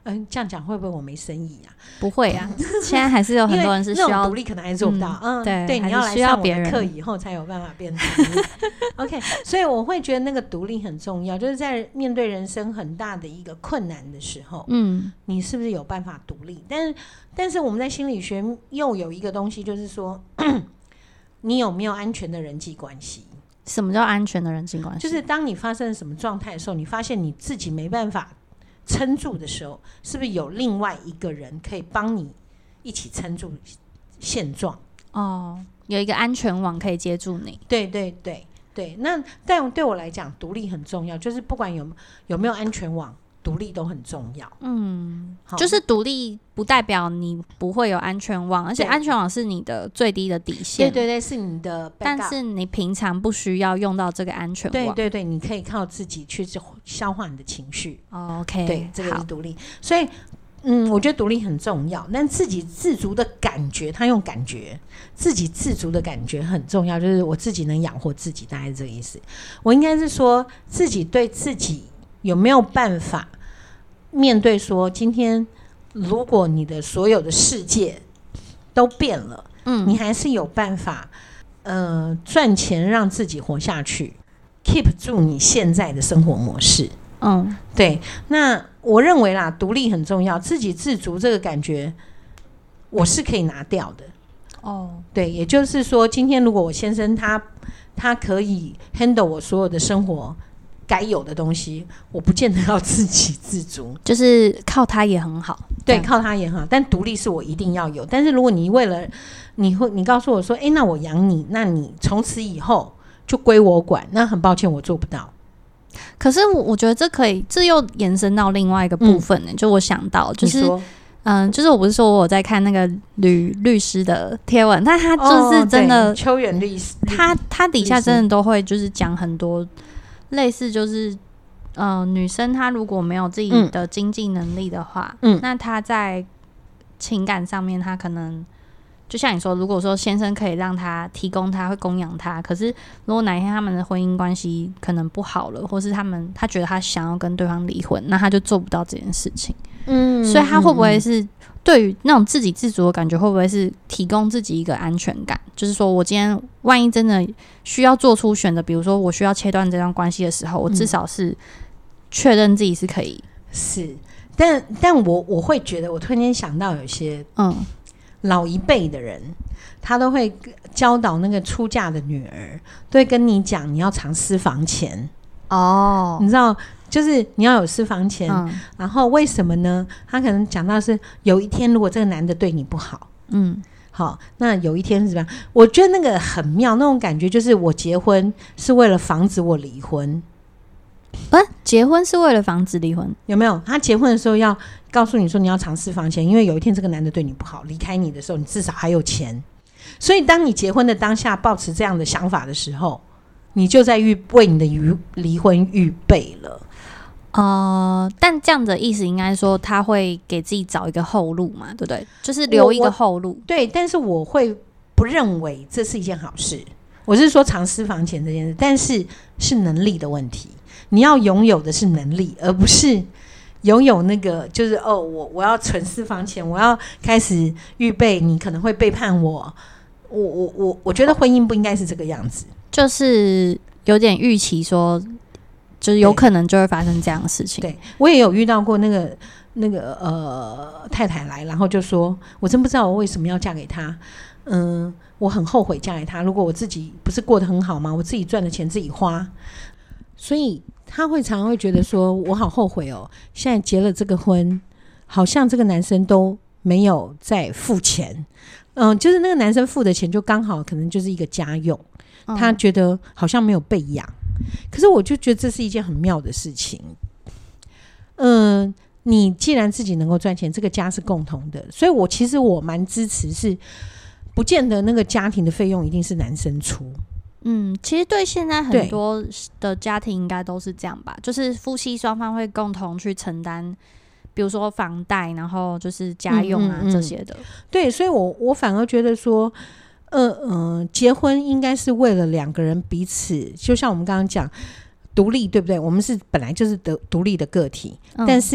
嗯，这样讲会不会我没生意啊？ 不会啊，现在还是有很多人是需要独立，可能还做不到。嗯，嗯对对，你要来上我的课以后才有办法变独立。OK， 所以我会觉得那个独立很重要，就是在面对人生很大的一个困难的时候，嗯，你是不是有办法独立？但是，但是我们在心理学又有一个东西，就是说，你有没有安全的人际关系？ 什么叫安全的人际关系？ 就是当你发生什么状态的时候，你发现你自己没办法撑住的时候，是不是有另外一个人可以帮你一起撑住现状？ 哦，有一个安全网可以接住你。 对对对对，那但对我来讲，独立很重要，就是不管有有没有安全网，独立都很重要。 嗯，就是独立不代表你不会有安全网，而且安全网是你的最低的底线。 对对对，是你的 backup， 但是你平常不需要用到这个安全网。 对对对，你可以靠自己去消化你的情绪。 哦、OK， 对，这个是独立。所以，嗯，我觉得独立很重要，但自己自足的感觉，他用感觉，自己自足的感觉很重要，就是我自己能养活自己，大概是这个意思。我应该是说，自己对自己有没有办法面对说，今天如果你的所有的世界都变了，嗯，你还是有办法，呃，赚钱让自己活下去 ，keep 住你现在的生活模式。嗯，对。那我认为啦，独立很重要，自给自足这个感觉，我是可以拿掉的。哦，对，也就是说，今天如果我先生他他可以 handle 我所有的生活该有的东西，我不见得要自给自足， 就是靠他也很好。 对，靠他也很好，但独立是我一定要有。但是如果你为了你会你告诉我说，哎，那我养你，那你从此以后就归我管，那很抱歉，我做不到。 可是我觉得这可以，这又延伸到另外一个部分呢、欸嗯。就我想到，就是嗯、呃，就是我不是说我在看那个吕律师的贴文，但他就是真的、 哦、邱远律师， 他他底下真的都会就是讲很多类似，就是呃，女生她如果没有自己的经济能力的话，嗯，那她在情感上面，她可能。就像你说，如果说先生可以让他提供他会供养他，可是如果哪一天他们的婚姻关系可能不好了，或是他们他觉得他想要跟对方离婚，那他就做不到这件事情。嗯，所以他会不会是对于那种自给自足的感觉，会不会是提供自己一个安全感？就是说我今天万一真的需要做出选择，比如说我需要切断这段关系的时候，我至少是确认自己是可以。 是，但但我我会觉得，我突然间想到有些嗯。老一辈的人，他都会教导那个出嫁的女儿，都会跟你讲，你要藏私房钱哦。你知道，就是你要有私房钱、嗯，然后为什么呢？他可能讲到是有一天，如果这个男的对你不好，嗯，好，那有一天是怎么样？我觉得那个很妙，那种感觉就是我结婚是为了防止我离婚。 啊，结婚是为了防止离婚？ 有没有？他结婚的时候要告诉你说你要藏私房钱，因为有一天这个男的对你不好，离开你的时候，你至少还有钱。所以当你结婚的当下抱持这样的想法的时候，你就在预为你的离婚预备了。 呃，但这样的意思应该说他会给自己找一个后路嘛，对不对？就是留一个后路。 对，但是我会不认为这是一件好事。我是说藏私房钱这件事，但是是能力的问题。你要拥有的是能力，而不是拥有那个就是哦，我我要存私房钱，我要开始预备你可能会背叛我。我我我我觉得婚姻不应该是这个样子， 就是有点预期说，就是有可能就会发生这样的事情。 对，我也有遇到过那个那个呃太太来，然后就说我真不知道我为什么要嫁给他，嗯，我很后悔嫁给他。如果我自己不是过得很好吗？我自己赚的钱自己花，所以。他会常常会觉得说我好后悔哦，现在结了这个婚好像这个男生都没有在付钱，嗯，就是那个男生付的钱就刚好可能就是一个家用、嗯、他觉得好像没有被养。可是我就觉得这是一件很妙的事情，嗯，你既然自己能够赚钱，这个家是共同的，所以我其实我蛮支持是不见得那个家庭的费用一定是男生出。 嗯，其实对现在很多的家庭应该都是这样吧，就是夫妻双方会共同去承担，比如说房贷，然后就是家用啊、嗯嗯嗯、这些的。 对，所以我我反而觉得说，呃呃，结婚应该是为了两个人彼此，就像我们刚刚讲独立，对不对？我们是本来就是独立的个体、嗯，但是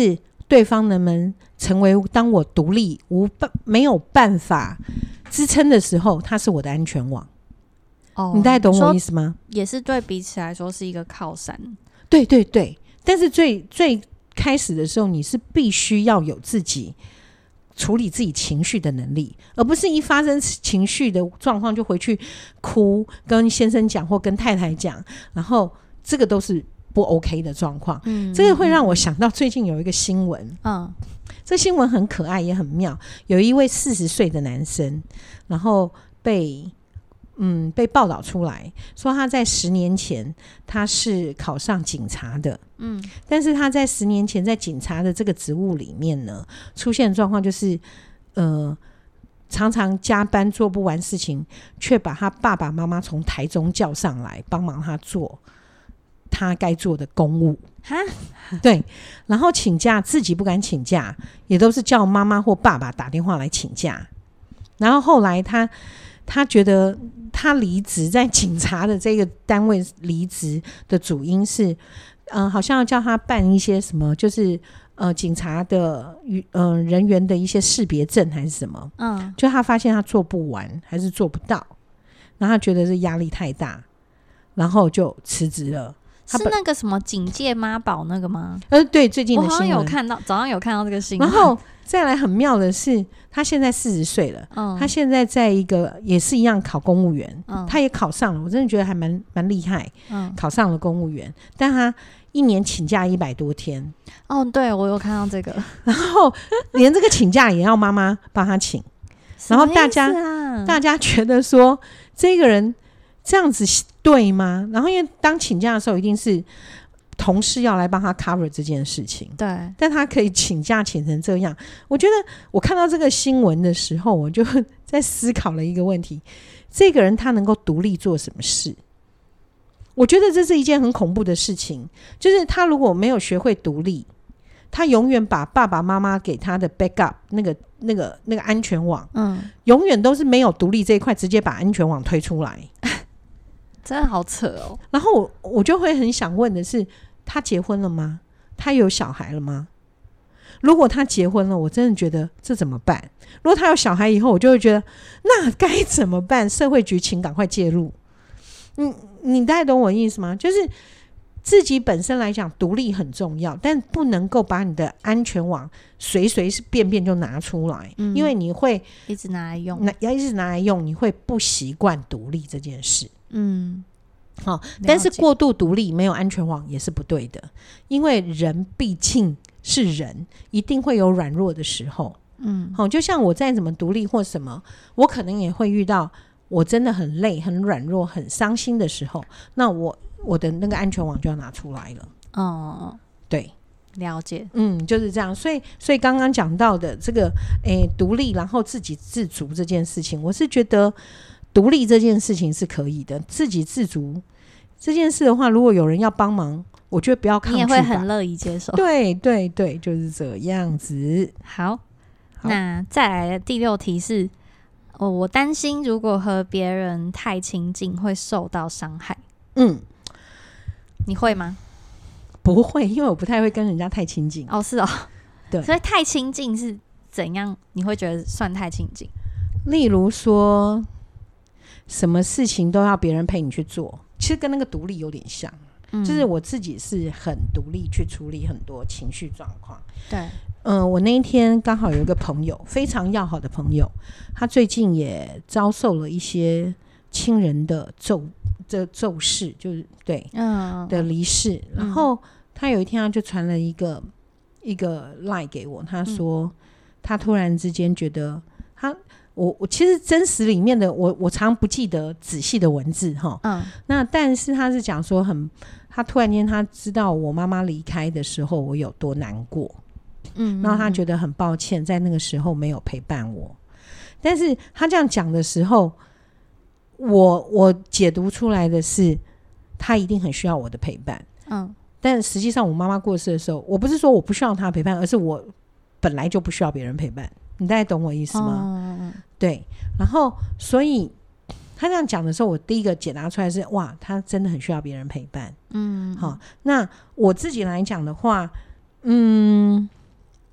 对方能不能成为当我独立无没有办法支撑的时候，他是我的安全网。哦，你大概懂我意思吗？ 也是对彼此来说是一个靠山。 对对对，但是最最开始的时候，你是必须要有自己处理自己情绪的能力，而不是一发生情绪的状况就回去哭，跟先生讲或跟太太讲，然后这个都是不 OK 的状况。嗯，这个会让我想到最近有一个新闻，嗯，这新闻很可爱也很妙，有一位四十岁的男生，然后被嗯被报道出来说他在十年前他是考上警察的，嗯，但是他在十年前在警察的这个职务里面呢，出现的状况就是呃常常加班做不完事情，却把他爸爸妈妈从台中叫上来帮忙他做他该做的公务。对，然后请假自己不敢请假，也都是叫妈妈或爸爸打电话来请假。然后后来他他觉得他离职，在警察的这个单位离职的主因是呃，好像要叫他办一些什么，就是呃警察的呃人员的一些识别证还是什么，嗯，就他发现他做不完还是做不到，然后他觉得是压力太大，然后就辞职了。 是那个什么警戒妈宝那个吗？ 呃，对，最近的新闻我好像有看到，早上有看到这个新闻。 然后再来很妙的是，他现在四十岁了，嗯，他现在在一个也是一样考公务员，嗯，他也考上了，我真的觉得还蛮蛮厉害，嗯，考上了公务员，但他一年请假一百多天。 哦，对，我有看到这个， 然后连这个请假也要妈妈帮他请，然后大家、啊、大家觉得说这个人这样子对吗？然后因为当请假的时候，一定是同事要来帮他 cover 这件事情， 对， 但他可以请假请成这样。我觉得我看到这个新闻的时候，我就在思考了一个问题：这个人他能够独立做什么事？我觉得这是一件很恐怖的事情，就是他如果没有学会独立，他永远把爸爸妈妈给他的 backup 那个那个那个安全网，嗯，永远都是没有独立这一块，直接把安全网推出来。 真的好扯哦。 然后 我, 我就会很想问的是，他结婚了吗？他有小孩了吗？如果他结婚了，我真的觉得这怎么办？如果他有小孩以后，我就会觉得那该怎么办？社会局请赶快介入。你你大概懂我意思吗？就是自己本身来讲独立很重要，但不能够把你的安全网随随便便就拿出来，嗯，因为你会一直拿来用， 要一直拿来用，你会不习惯独立这件事。嗯，好，但是过度独立没有安全网也是不对的，因为人毕竟是人，一定会有软弱的时候。嗯，好，就像我再怎么独立或什么，我可能也会遇到我真的很累、很软弱、很伤心的时候，那我我的那个安全网就要拿出来了。哦，对， 了解。 嗯，就是这样。所以，所以刚刚讲到的这个，诶，独立然后自给自足这件事情，我是觉得独立这件事情是可以的，自给自足这件事的话，如果有人要帮忙，我觉得不要抗拒吧， 你也会很乐意接受。 对对对，就是这样子。 好，好，那再来的第六题是。哦，我担心如果和别人太亲近会受到伤害。嗯，你会吗？ 不会，因为我不太会跟人家太亲近。 哦，是哦， 对， 所以太亲近是怎样？你会觉得算太亲近？ 例如说，什么事情都要别人陪你去做，其实跟那个独立有点像。嗯，就是我自己是很独立去处理很多情绪状况。 对。 嗯、呃，我那一天刚好有一个朋友，非常要好的朋友，他最近也遭受了一些亲人的骤这骤逝，就是对，嗯的离世。然后他有一天他就传了一个一个 line 给我，他说、嗯、他突然之间觉得他我我其实真实里面的我我常不记得仔细的文字哈，嗯，那但是他是讲说很，他突然间他知道我妈妈离开的时候我有多难过。嗯，然后他觉得很抱歉在那个时候没有陪伴我，但是他这样讲的时候，我我解读出来的是他一定很需要我的陪伴。嗯，但实际上我妈妈过世的时候，我不是说我不需要他陪伴，而是我本来就不需要别人陪伴。你大概懂我意思吗？嗯，对。然后所以他这样讲的时候，我第一个解答出来是哇，他真的很需要别人陪伴。嗯，好，那我自己来讲的话，嗯。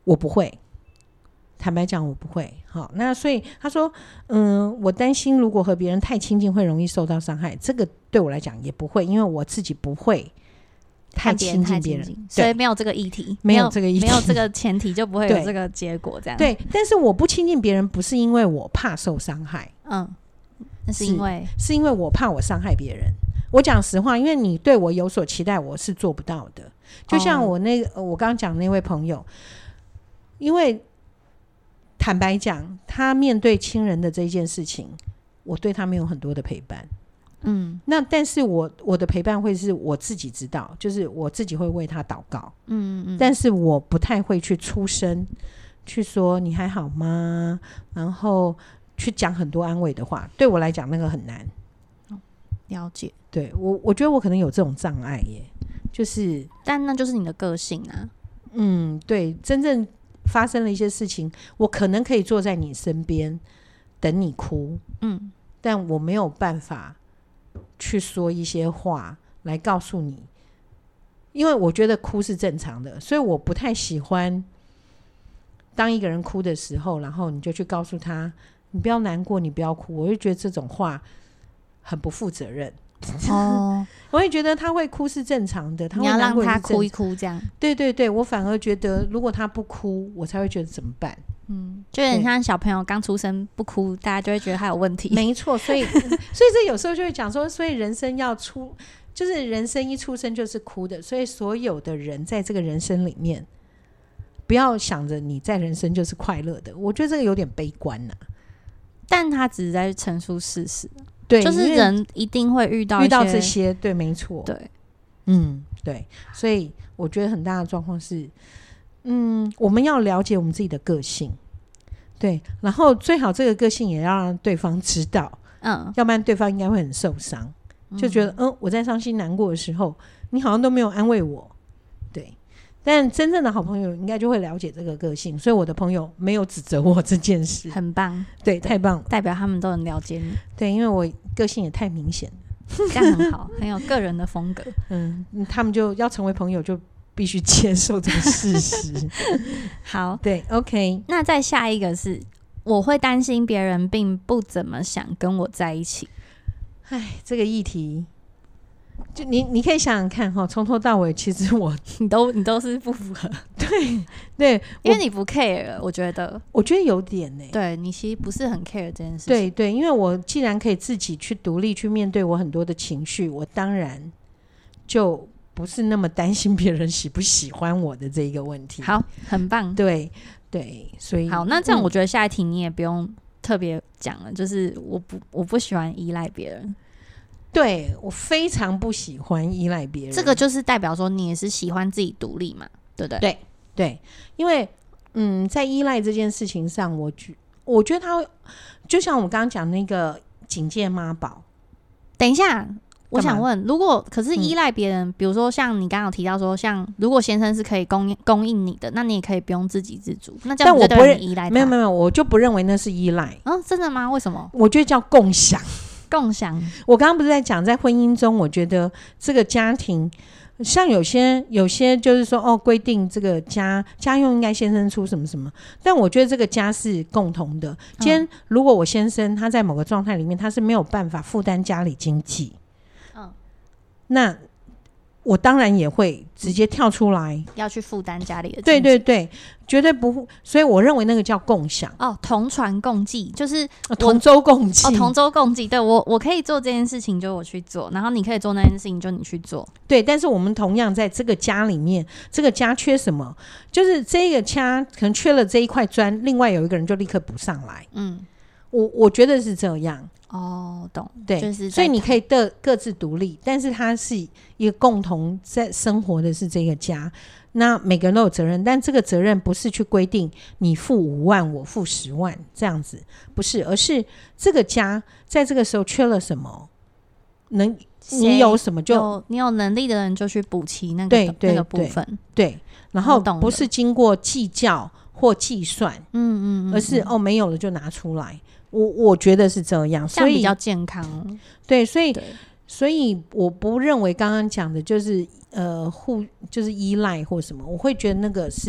我不会，坦白讲我不会。好，那所以他说嗯，我担心如果和别人太亲近会容易受到伤害，这个对我来讲也不会，因为我自己不会太亲近别人， 所以没有这个议题， 没有这个议题， 没有这个前提就不会有这个结果这样。 对，但是我不亲近别人不是因为我怕受伤害， 嗯，那是因为是, 是因为我怕我伤害别人。我讲实话，因为你对我有所期待，我是做不到的。就像我那个、哦、我刚刚讲那位朋友，因为坦白讲，他面对亲人的这件事情，我对他没有很多的陪伴。嗯，那但是我我的陪伴会是我自己知道，就是我自己会为他祷告。嗯嗯，但是我不太会去出声去说你还好吗，然后去讲很多安慰的话，对我来讲那个很难。 哦、了解。 对，我我觉得我可能有这种障碍耶，就是但那就是你的个性啊。 嗯，对，真正发生了一些事情，我可能可以坐在你身边等你哭，嗯，但我没有办法去说一些话来告诉你，因为我觉得哭是正常的，所以我不太喜欢当一个人哭的时候，然后你就去告诉他你不要难过，你不要哭，我就觉得这种话很不负责任。哦，我会觉得他会哭是正常的，他会难过是正常的，你要让他哭一哭这样。 对对对，我反而觉得如果他不哭，我才会觉得怎么办。 嗯，就有点像小朋友刚出生不哭，大家就会觉得他有问题。 没错，所以所以这有时候就会讲说，所以人生要出，就是人生一出生就是哭的，所以所有的人在这个人生里面，不要想着你在人生就是快乐的，我觉得这个有点悲观啊。 但他只是在陈述事实， 对， 就是人一定会遇到遇到这些，对，没错， 对， 嗯，对，所以我觉得很大的状况是，嗯，我们要了解我们自己的个性，对，然后最好这个个性也要让对方知道，嗯，要不然对方应该会很受伤，就觉得嗯，我在伤心难过的时候，你好像都没有安慰我，对。但真正的好朋友应该就会了解这个个性，所以我的朋友没有指责我这件事， 很棒， 对，太棒了， 代表他们都很了解你。 对，因为我个性也太明显了， 这样很好，很有个人的风格。 嗯，他们就要成为朋友，就必须接受这个事实。 好， 对 ，OK。 那再下一个是，我会担心别人并不怎么想跟我在一起。 哎，这个议题。就你你可以想想看哈，从头到尾其实我你都你都是不符合， 对对， 因为你不 care， 我觉得我觉得有点呢、欸， 对你其实不是很 care 这件事情， 对对，因为我既然可以自己去独立去面对我很多的情绪，我当然就不是那么担心别人喜不喜欢我的这一个问题。 好，很棒， 对对，所以好，那这样我觉得下一题你也不用特别讲了，就是我不我不喜欢依赖别人。 对，我非常不喜欢依赖别人， 这个就是代表说你也是喜欢自己独立嘛，对不对？ 对对，因为嗯，在依赖这件事情上，我觉我觉得他会就像我刚刚讲那个警戒妈宝。 等一下，我想问，如果可是依赖别人、嗯，比如说像你刚刚有提到说，像如果先生是可以供应供应你的，那你也可以不用自给自足，那这样就代表你依赖他。 没有没有没有，我就不认为那是依赖。 嗯，真的吗？为什么？ 我觉得叫共享。 共享， 我刚刚不是在讲，在婚姻中，我觉得这个家庭，像有些有些就是说，哦，规定这个家家用应该先生出什么什么，但我觉得这个家是共同的。今天如果我先生他在某个状态里面，他是没有办法负担家里经济，嗯，那我当然也会直接跳出来， 要去负担家里的经济。 对对对，绝对不。所以我认为那个叫共享。 哦，同船共济，就是同舟共济。 哦，同舟共济。对，我我可以做这件事情，就我去做；然后你可以做那件事情，就你去做。 对，但是我们同样在这个家里面，这个家缺什么，就是这个家可能缺了这一块砖，另外有一个人就立刻补上来。嗯，我我觉得是这样。 哦，懂， 对，就是所以你可以各各自独立，但是它是一个共同在生活的是这个家，那每个人都有责任，但这个责任不是去规定你付五万我付十万这样子，不是，而是这个家在这个时候缺了什么，能你有什么就有你有能力的人就去补齐那个对对那个部分， 对，然后不是经过计较或计算，嗯嗯，而是哦没有了就拿出来。我我觉得是这样，所以比较健康。 对，所以所以我不认为刚刚讲的就是呃互就是依赖或什么，我会觉得那个是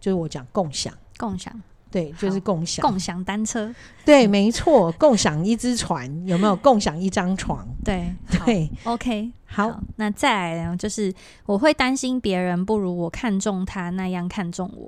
就是我讲共享， 共享， 对，就是共享， 共享单车， 对，没错，共享一只船，有没有？共享一张床， 对对 ，OK， 好, 好，那再来呢，就是我会担心别人不如我看重他那样看重我。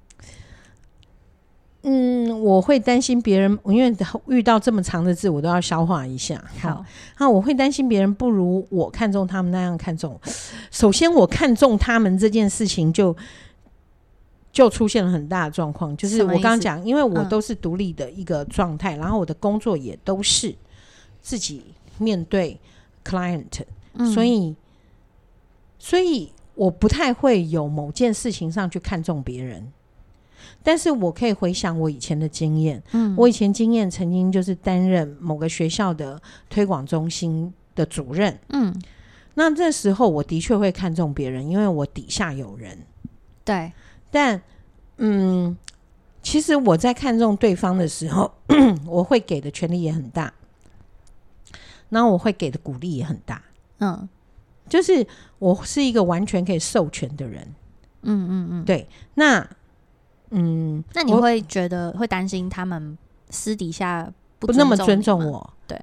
嗯，我会担心别人，因为遇到这么长的字，我都要消化一下。 好， 那我会担心别人不如我看重他们那样看重我。首先，我看重他们这件事情就就出现了很大的状况，就是我刚刚讲，因为我都是独立的一个状态、嗯，然后我的工作也都是自己面对 client，、嗯、所以，所以我不太会有某件事情上去看重别人。但是我可以回想我以前的经验、嗯、我以前经验曾经就是担任某个学校的推广中心的主任，嗯，那这时候我的确会看重别人，因为我底下有人， 对， 但嗯，其实我在看重对方的时候我会给的权利也很大，然后我会给的鼓励也很大，嗯，就是我是一个完全可以授权的人，嗯嗯嗯，对，那嗯， 那你会觉得会担心他们私底下 不, 不那么尊重我？ 对，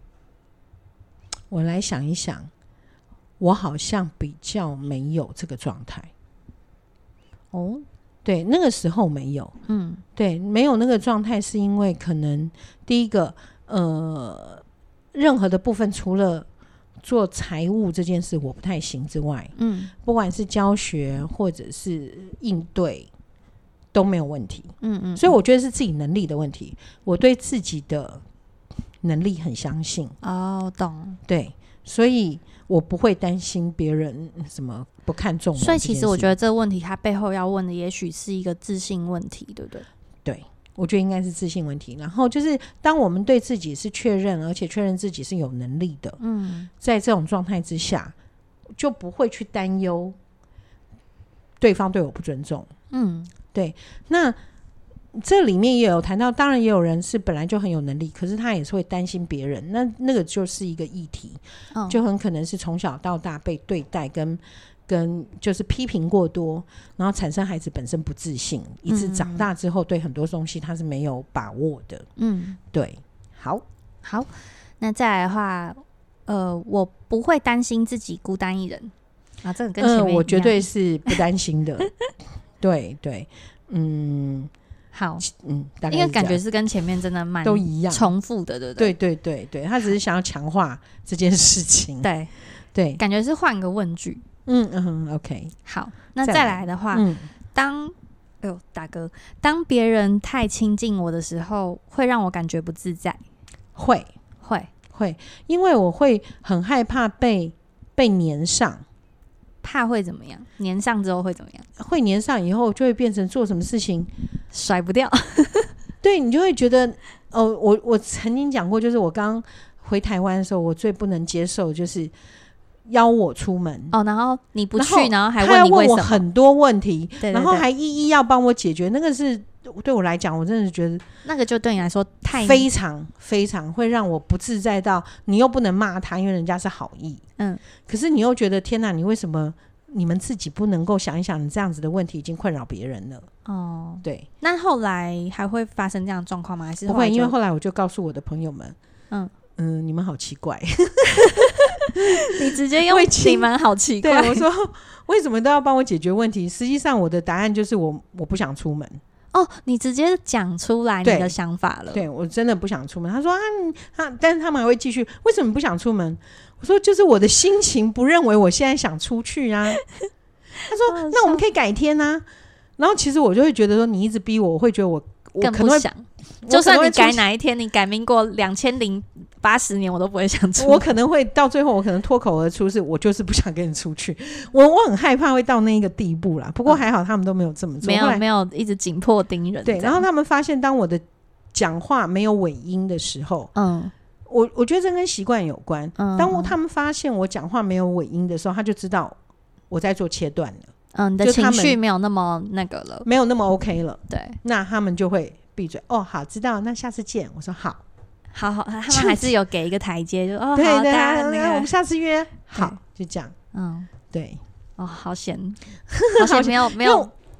我来想一想，我好像比较没有这个状态。哦，对，那个时候没有，嗯，对，没有那个状态，是因为可能第一个，呃，任何的部分除了做财务这件事我不太行之外，嗯，不管是教学或者是应对。都没有问题，嗯嗯，所以我觉得是自己能力的问题。我对自己的能力很相信。哦，懂。对，所以我不会担心别人什么不看重我。 所以其实我觉得这个问题，它背后要问的，也许是一个自信问题，对不对？ 对，我觉得应该是自信问题。然后就是当我们对自己是确认，而且确认自己是有能力的，嗯，在这种状态之下，就不会去担忧对方对我不尊重。嗯。对，那这里面也有谈到，当然也有人是本来就很有能力，可是他也是会担心别人，那那个就是一个议题、哦、就很可能是从小到大被对待跟跟就是批评过多，然后产生孩子本身不自信，以致长大之后对很多东西他是没有把握的。嗯，对，好好，那再来的话，呃，我不会担心自己孤单一人啊，这个跟前面一样、 呃、我绝对是不担心的。对对，嗯， 好， 嗯，大概因为感觉是跟前面真的蛮都一样重复的，对不对？ 对对对对，他只是想要强化这件事情， 对对， 感觉是换个问句， 嗯嗯 ，OK， 好，那再来的话，嗯、当哎呦大哥，当别人太亲近我的时候，会让我感觉不自在， 会会会，因为我会很害怕被被黏上。 怕会怎么样？黏上之后会怎么样？ 会黏上以后就会变成做什么事情甩不掉。 对，你就会觉得哦，我我曾经讲过，就是我刚回台湾的时候，我最不能接受就是邀我出门哦，然后你不去，然后还问你为什么， 他要问我很多问题， 对对对， 然后还一一要帮我解决，那个是对我来讲，我真的觉得那个就对你来说太非常非常会让我不自在到，你又不能骂他，因为人家是好意，嗯，可是你又觉得天哪，你为什么你们自己不能够想一想，你这样子的问题已经困扰别人了？哦，对。 那后来还会发生这样的状况吗？还是不会？因为后来我就告诉我的朋友们，嗯嗯，你们好奇怪。 你直接用你们好奇怪， 对，我说为什么都要帮我解决问题？实际上我的答案就是我我不想出门。 哦，你直接讲出来你的想法了。 对，我真的不想出门。他说啊，他但是他们还会继续，为什么不想出门？我说就是我的心情不认为我现在想出去啊。他说那我们可以改天啊。然后其实我就会觉得说，你一直逼我，我会觉得我我更不想。就算你改哪一天，你改民国两千零八十年，我都不会想出。 我可能会到最后，我可能脱口而出是，我就是不想跟你出去。我我很害怕会到那个地步啦。不过还好他们都没有这么做， 没有没有一直紧迫盯人。 对，然后他们发现，当我的讲话没有尾音的时候，嗯，我我觉得这跟习惯有关。嗯，当我他们发现我讲话没有尾音的时候，他就知道我在做切断了。 嗯，你的情绪没有那么那个了， 没有那么 OK 了。 对， 那他们就会闭嘴。哦，好，知道，那下次见。我说好， 好好，他们还是有给一个台阶，就哦， 对好， 对， 那那我们下次约。好，就这样。嗯，对。 哦，好险，好险，没有没有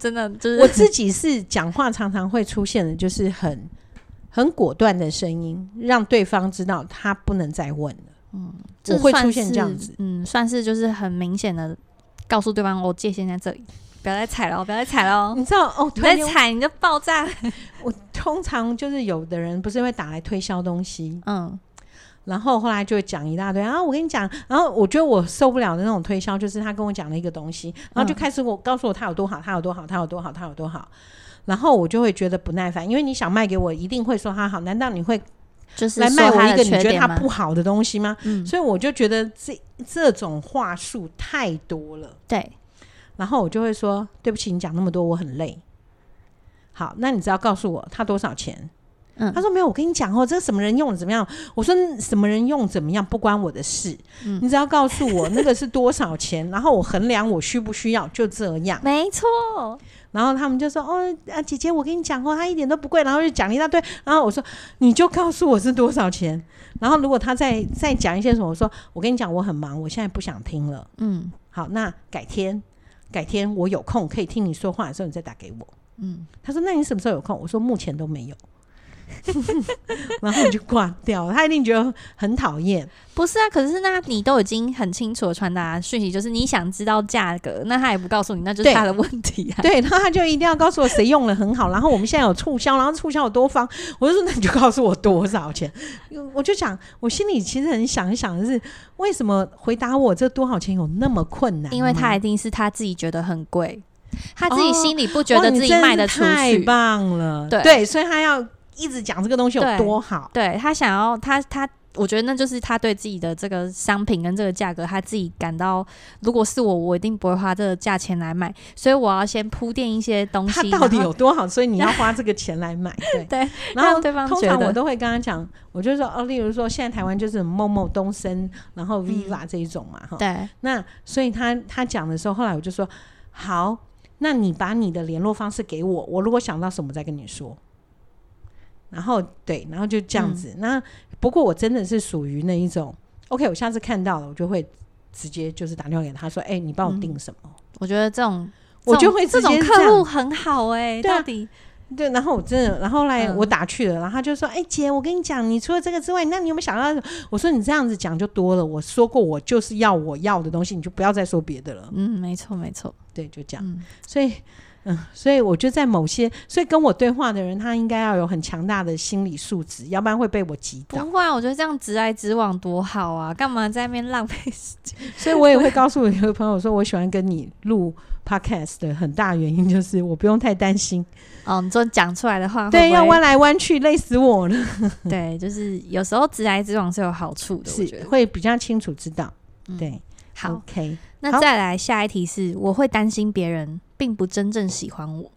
真的就是我自己是讲话常常会出现的，就是很很果断的声音，让对方知道他不能再问了。嗯，我会出现这样子， 嗯，算是就是很明显的告诉对方，我界限在这里，不要再踩了，不要再踩了。 你知道哦， 你再踩你就爆炸。 我通常就是有的人不是会打来推销东西，嗯。然后后来就会讲一大堆啊，我跟你讲，然后我觉得我受不了的那种推销，就是他跟我讲了一个东西，然后就开始我告诉我他有多好，他有多好，他有多好，他有多好，然后我就会觉得不耐烦，因为你想卖给我，一定会说他好，难道你会就是来卖我一个你觉得他不好的东西吗？嗯、所以我就觉得这这种话术太多了， 对， 然后我就会说对不起，你讲那么多，我很累。好，那你只要告诉我他多少钱。嗯、他说没有，我跟你讲哦，这个什么人用怎么样？我说什么人用怎么样不关我的事，嗯、你只要告诉我那个是多少钱，然后我衡量我需不需要，就这样。 没错。 然后他们就说哦啊姐姐，我跟你讲哦，他一点都不贵，然后就讲了一大堆。然后我说你就告诉我是多少钱。然后如果他再再讲一些什么，我说我跟你讲我很忙，我现在不想听了。嗯，好，那改天改天我有空可以听你说话的时候，你再打给我。嗯，他说那你什么时候有空？我说目前都没有。然后我就挂掉了，他一定觉得很讨厌。 不是啊，可是那你都已经很清楚的传达讯息，就是你想知道价格，那他也不告诉你，那就是他的问题啊。 对，然后他就一定要告诉我谁用了很好，然后我们现在有促销，然后促销有多方，我就说那你就告诉我多少钱。我就想，我心里其实很想一想的是，为什么回答我这多少钱有那么困难？ 因为他一定是他自己觉得很贵，他自己心里不觉得自己卖得出去。 哦、太棒了， 对, 对，所以他要一直讲这个东西有多好。 对，对他想要他他我觉得那就是他对自己的这个商品跟这个价格他自己感到，如果是我我一定不会花这个价钱来买，所以我要先铺垫一些东西， 他到底有多好，所以你要花这个钱来买。对对， 然后对方通常我都会跟他讲，我就说哦，例如说现在台湾就是某某东森然后 Viva 这一种嘛、嗯、 对， 那所以他他讲的时候，后来我就说好，那你把你的联络方式给我，我如果想到什么再跟你说。然后对，然后就这样子、嗯、那不过我真的是属于那一种 OK， 我下次看到了我就会直接就是打电话给他说哎、欸，你帮我订什么、嗯、 我觉得这种我就会直接这种客户很好哎、欸，到底对，然后我真的，然后后来我打去了、嗯、然后他就说哎、欸、姐，我跟你讲，你除了这个之外，那你有没有想到？我说你这样子讲就多了，我说过我就是要我要的东西，你就不要再说别的了。 嗯，没错没错， 对，就这样、嗯、所以嗯，所以我就在某些，所以跟我对话的人，他应该要有很强大的心理素质，要不然会被我击倒。 不会啊，我觉得这样直来直往多好啊，干嘛在那边浪费时间？ 所以我也会告诉我一个朋友说，我喜欢跟你录 podcast 的很大原因就是我不用太担心。 哦，你说讲出来的话会不会， 对，要弯来弯去，累死我了。 对，就是有时候直来直往是有好处的， 是我觉得会比较清楚知道。 嗯、 对， 好 ，OK。 那再来下一题是，我会担心别人并不真正喜欢我。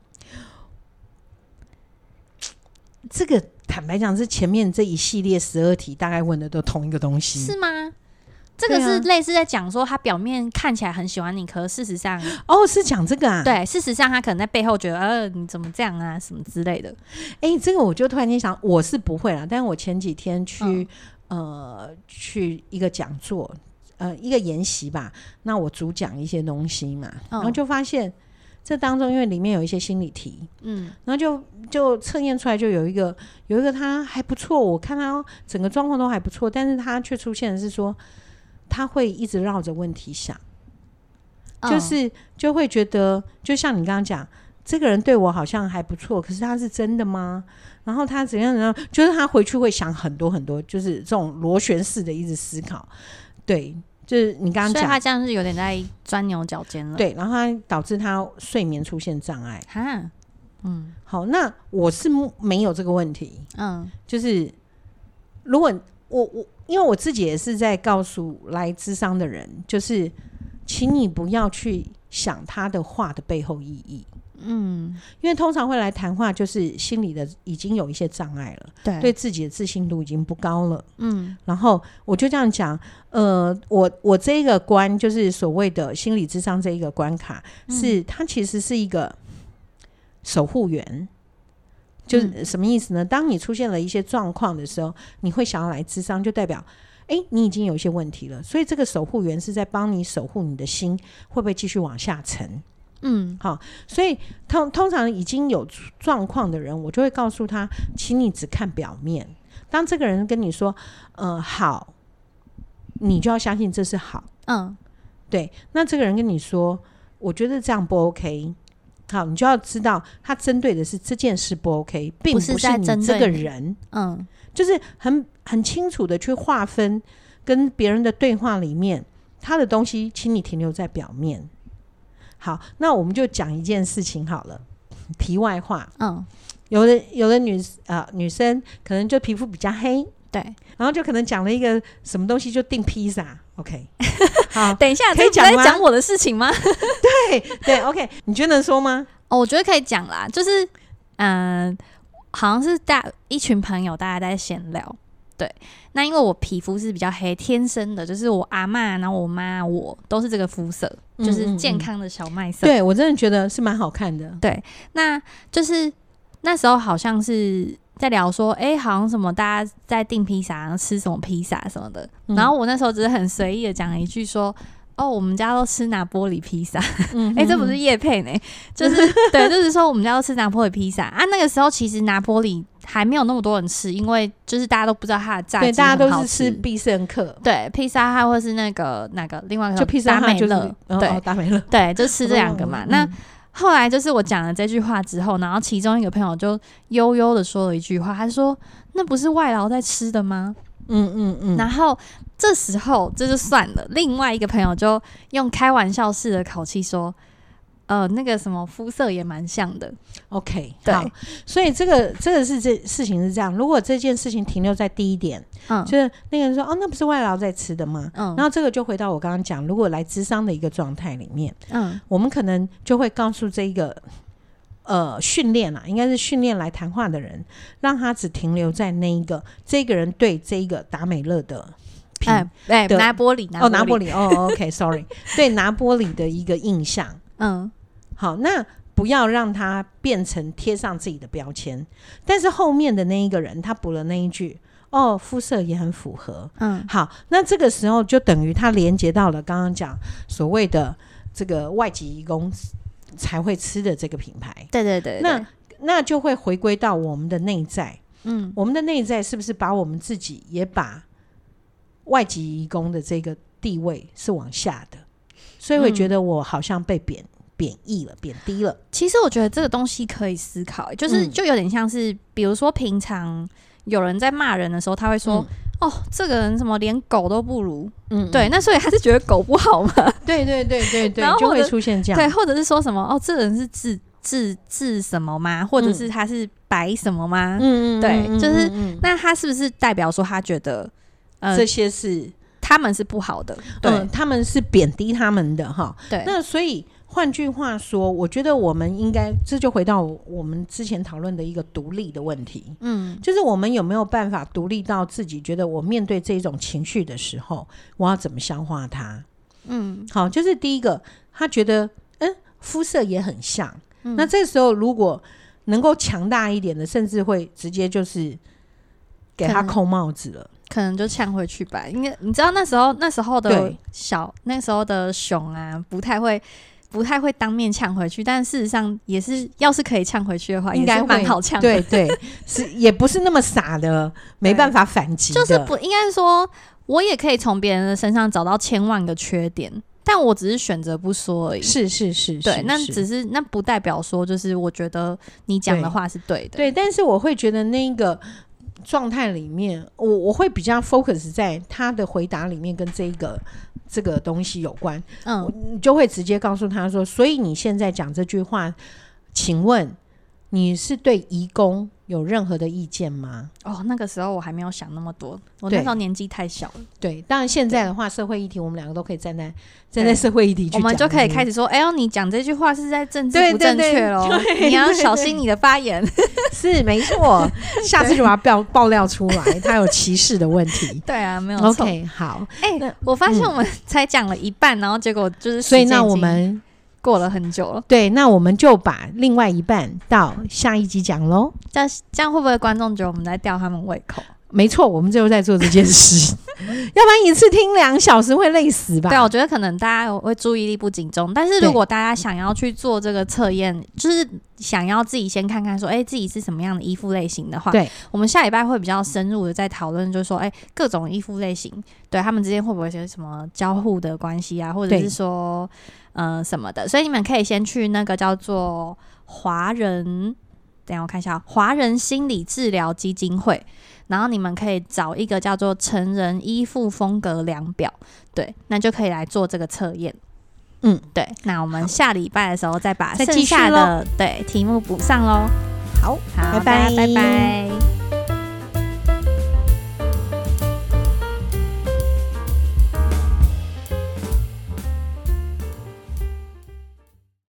这个坦白讲是前面这一系列十二题大概问的都同一个东西， 是吗？这个是类似在讲说他表面看起来很喜欢你，可是事实上哦是讲这个啊？ 对，事实上他可能在背后觉得呃你怎么这样啊什么之类的。 哎、欸，这个我就突然间想，我是不会啦，但是我前几天去、嗯、呃去一个讲座，呃一个研习吧，那我主讲一些东西嘛，嗯、然后就发现这当中因为里面有一些心理题，嗯，然后就就测验出来就有一个有一个他还不错，我看他整个状况都还不错，但是他却出现的是说他会一直绕着问题想，就是就会觉得就像你刚刚讲，这个人对我好像还不错，可是他是真的吗？然后他怎样怎样，就是他回去会想很多很多，就是这种螺旋式的一直思考。对，就是你刚刚讲， 所以他这样是有点在钻牛角尖了。 对，然后他导致他睡眠出现障碍。 哈，嗯， 好，那我是没有这个问题。嗯，就是如果我我因为我自己也是在告诉来諮商的人，就是请你不要去想他的话的背后意义。嗯，因为通常会来谈话就是心理的已经有一些障碍了，对，对自己的自信度已经不高了。嗯，然后我就这样讲，呃，我我这个关就是所谓的心理諮商这一个关卡，嗯、是它其实是一个守护员。就是什么意思呢？当你出现了一些状况的时候，你会想要来諮商，就代表哎、欸，你已经有一些问题了，所以这个守护员是在帮你守护你的心会不会继续往下沉。 嗯，好，所以通通常已经有状况的人，我就会告诉他，请你只看表面。当这个人跟你说，呃，好，你就要相信这是好。嗯，对。那这个人跟你说，我觉得这样不 OK， 好，你就要知道，他针对的是这件事不 OK， 并不是你这个人。嗯，就是很很清楚的去划分，跟别人的对话里面，他的东西，请你停留在表面。好，那我们就讲一件事情好了。题外话，嗯，有的有的女呃女生可能就皮肤比较黑，对，然后就可能讲了一个什么东西就订披萨 ，OK， 好， 等一下， 可以讲吗？ 在讲我的事情吗？ 对对 ，OK， 你觉得能说吗？ 哦，我觉得可以讲啦，就是嗯、呃，好像是大一群朋友大家在闲聊。对，那因为我皮肤是比较黑，天生的，就是我阿嬷，然后我妈，我都是这个肤色，就是健康的小麦色。 对，我真的觉得是蛮好看的。 对，那就是那时候好像是在聊说，哎、欸，好像什么大家在订披萨，然后吃什么披萨什么的、嗯。然后我那时候只是很随意的讲了一句说，哦，我们家都吃拿坡里披萨。哎、嗯欸，这不是业配呢，就是对，就是说我们家都吃拿坡里披萨啊。那个时候其实拿坡里还没有那么多人吃，因为就是大家都不知道它的炸鸡很好吃， 对，大家都是吃必胜客， 对，披萨还或是那个那个另外一个就披萨达美乐， 就是、对，达美乐， 对，就吃这两个嘛。哦、那后来就是我讲了这句话之后，然后其中一个朋友就悠悠的说了一句话，他说：“那不是外劳在吃的吗？”嗯嗯嗯。然后这时候这就算了，另外一个朋友就用开玩笑式的口气说。呃，那个什么肤色也蛮像的 ，OK， 好，所以这个这个是这事情是这样。如果这件事情停留在第一点，嗯，就是那个人说，哦，那不是外劳在吃的吗？嗯，然后这个就回到我刚刚讲，如果来咨商的一个状态里面，嗯，我们可能就会告诉这一个呃训练啊，应该是训练来谈话的人，让他只停留在那一个这个人对这一个达美乐的。 哎哎，拿玻璃， 哦，拿玻璃，哦 ，OK，Sorry， 对拿玻璃的一个印象。嗯，好，那不要让他变成贴上自己的标签，但是后面的那一个人他补了那一句，哦，肤色也很符合。嗯，好，那这个时候就等于他连接到了刚刚讲所谓的这个外籍移工才会吃的这个品牌。 对对 对, 对， 那那就会回归到我们的内在。嗯，我们的内在是不是把我们自己也把外籍移工的这个地位是往下的？所以会觉得我好像被贬贬义了，贬低了。 其实我觉得这个东西可以思考，就是就有点像是，比如说平常有人在骂人的时候，他会说：“嗯、哦，这个人什么连狗都不如。”嗯，对，那所以他是觉得狗不好嘛？ 对对对对对，就会出现这样。 对，或者是说什么哦，这个人是自自自什么吗？或者是他是白什么吗？嗯嗯，对，就是那他是不是代表说他觉得呃这些是？ 他们是不好的，对、嗯， 他们是贬低他们的哈。对，那所以换句话说，我觉得我们应该，这就回到我们之前讨论的一个独立的问题。嗯，就是我们有没有办法独立到自己觉得我面对这种情绪的时候，我要怎么消化它？嗯，好，就是第一个，他觉得嗯肤色也很像，嗯、那这时候如果能够强大一点的，甚至会直接就是给他扣帽子了。 可能就呛回去吧，因为你知道那时候那时候的小那时候的熊啊，不太会不太会当面呛回去，但事实上也是，要是可以呛回去的话，应该蛮好呛的。 对对，是也不是那么傻的，没办法反击的。 就是不应该说，我也可以从别人的身上找到千万个缺点，但我只是选择不说而已。 是是是， 对， 是那只是那不代表说，就是我觉得你讲的话是对的。 对，对，但是我会觉得那个。状态里面，我我会比较 focus 在他的回答里面跟这个这个东西有关，嗯，你就会直接告诉他说，所以你现在讲这句话，请问你是对移工有任何的意见吗？ 哦，那个时候我还没有想那么多，我那时候年纪太小了。 对，当然现在的话，社会议题我们两个都可以站在站在社会议题去讲， 我们就可以开始说，哎呦，你讲这句话是在政治不正确咯，你要小心你的发言。 是没错，下次就把它爆爆料出来，他有歧视的问题。 对啊，没有错。 OK， 好。 哎、欸，我发现我们才讲了一半，嗯、然后结果就是， 所以那我们过了很久了。 对，那我们就把另外一半到下一集讲咯。 这样这样会不会观众觉得我们在吊他们胃口？ 没错，我们最后在做这件事，要不然一次听两小时会累死吧？ 对，我觉得可能大家会注意力不集中，但是如果大家想要去做这个测验，就是想要自己先看看说，哎、欸，自己是什么样的依附类型的话，对，我们下礼拜会比较深入的在讨论，就是说，哎、欸，各种依附类型，对他们之间会不会有什么交互的关系啊，或者是说，呃，什么的，所以你们可以先去那个叫做华人。等一下我看一下，华人心理治疗基金会，然后你们可以找一个叫做成人依附风格量表，对，那就可以来做这个测验。嗯，对，那我们下礼拜的时候再把剩下的对题目补上咯。 好， 好， 拜拜， 拜拜。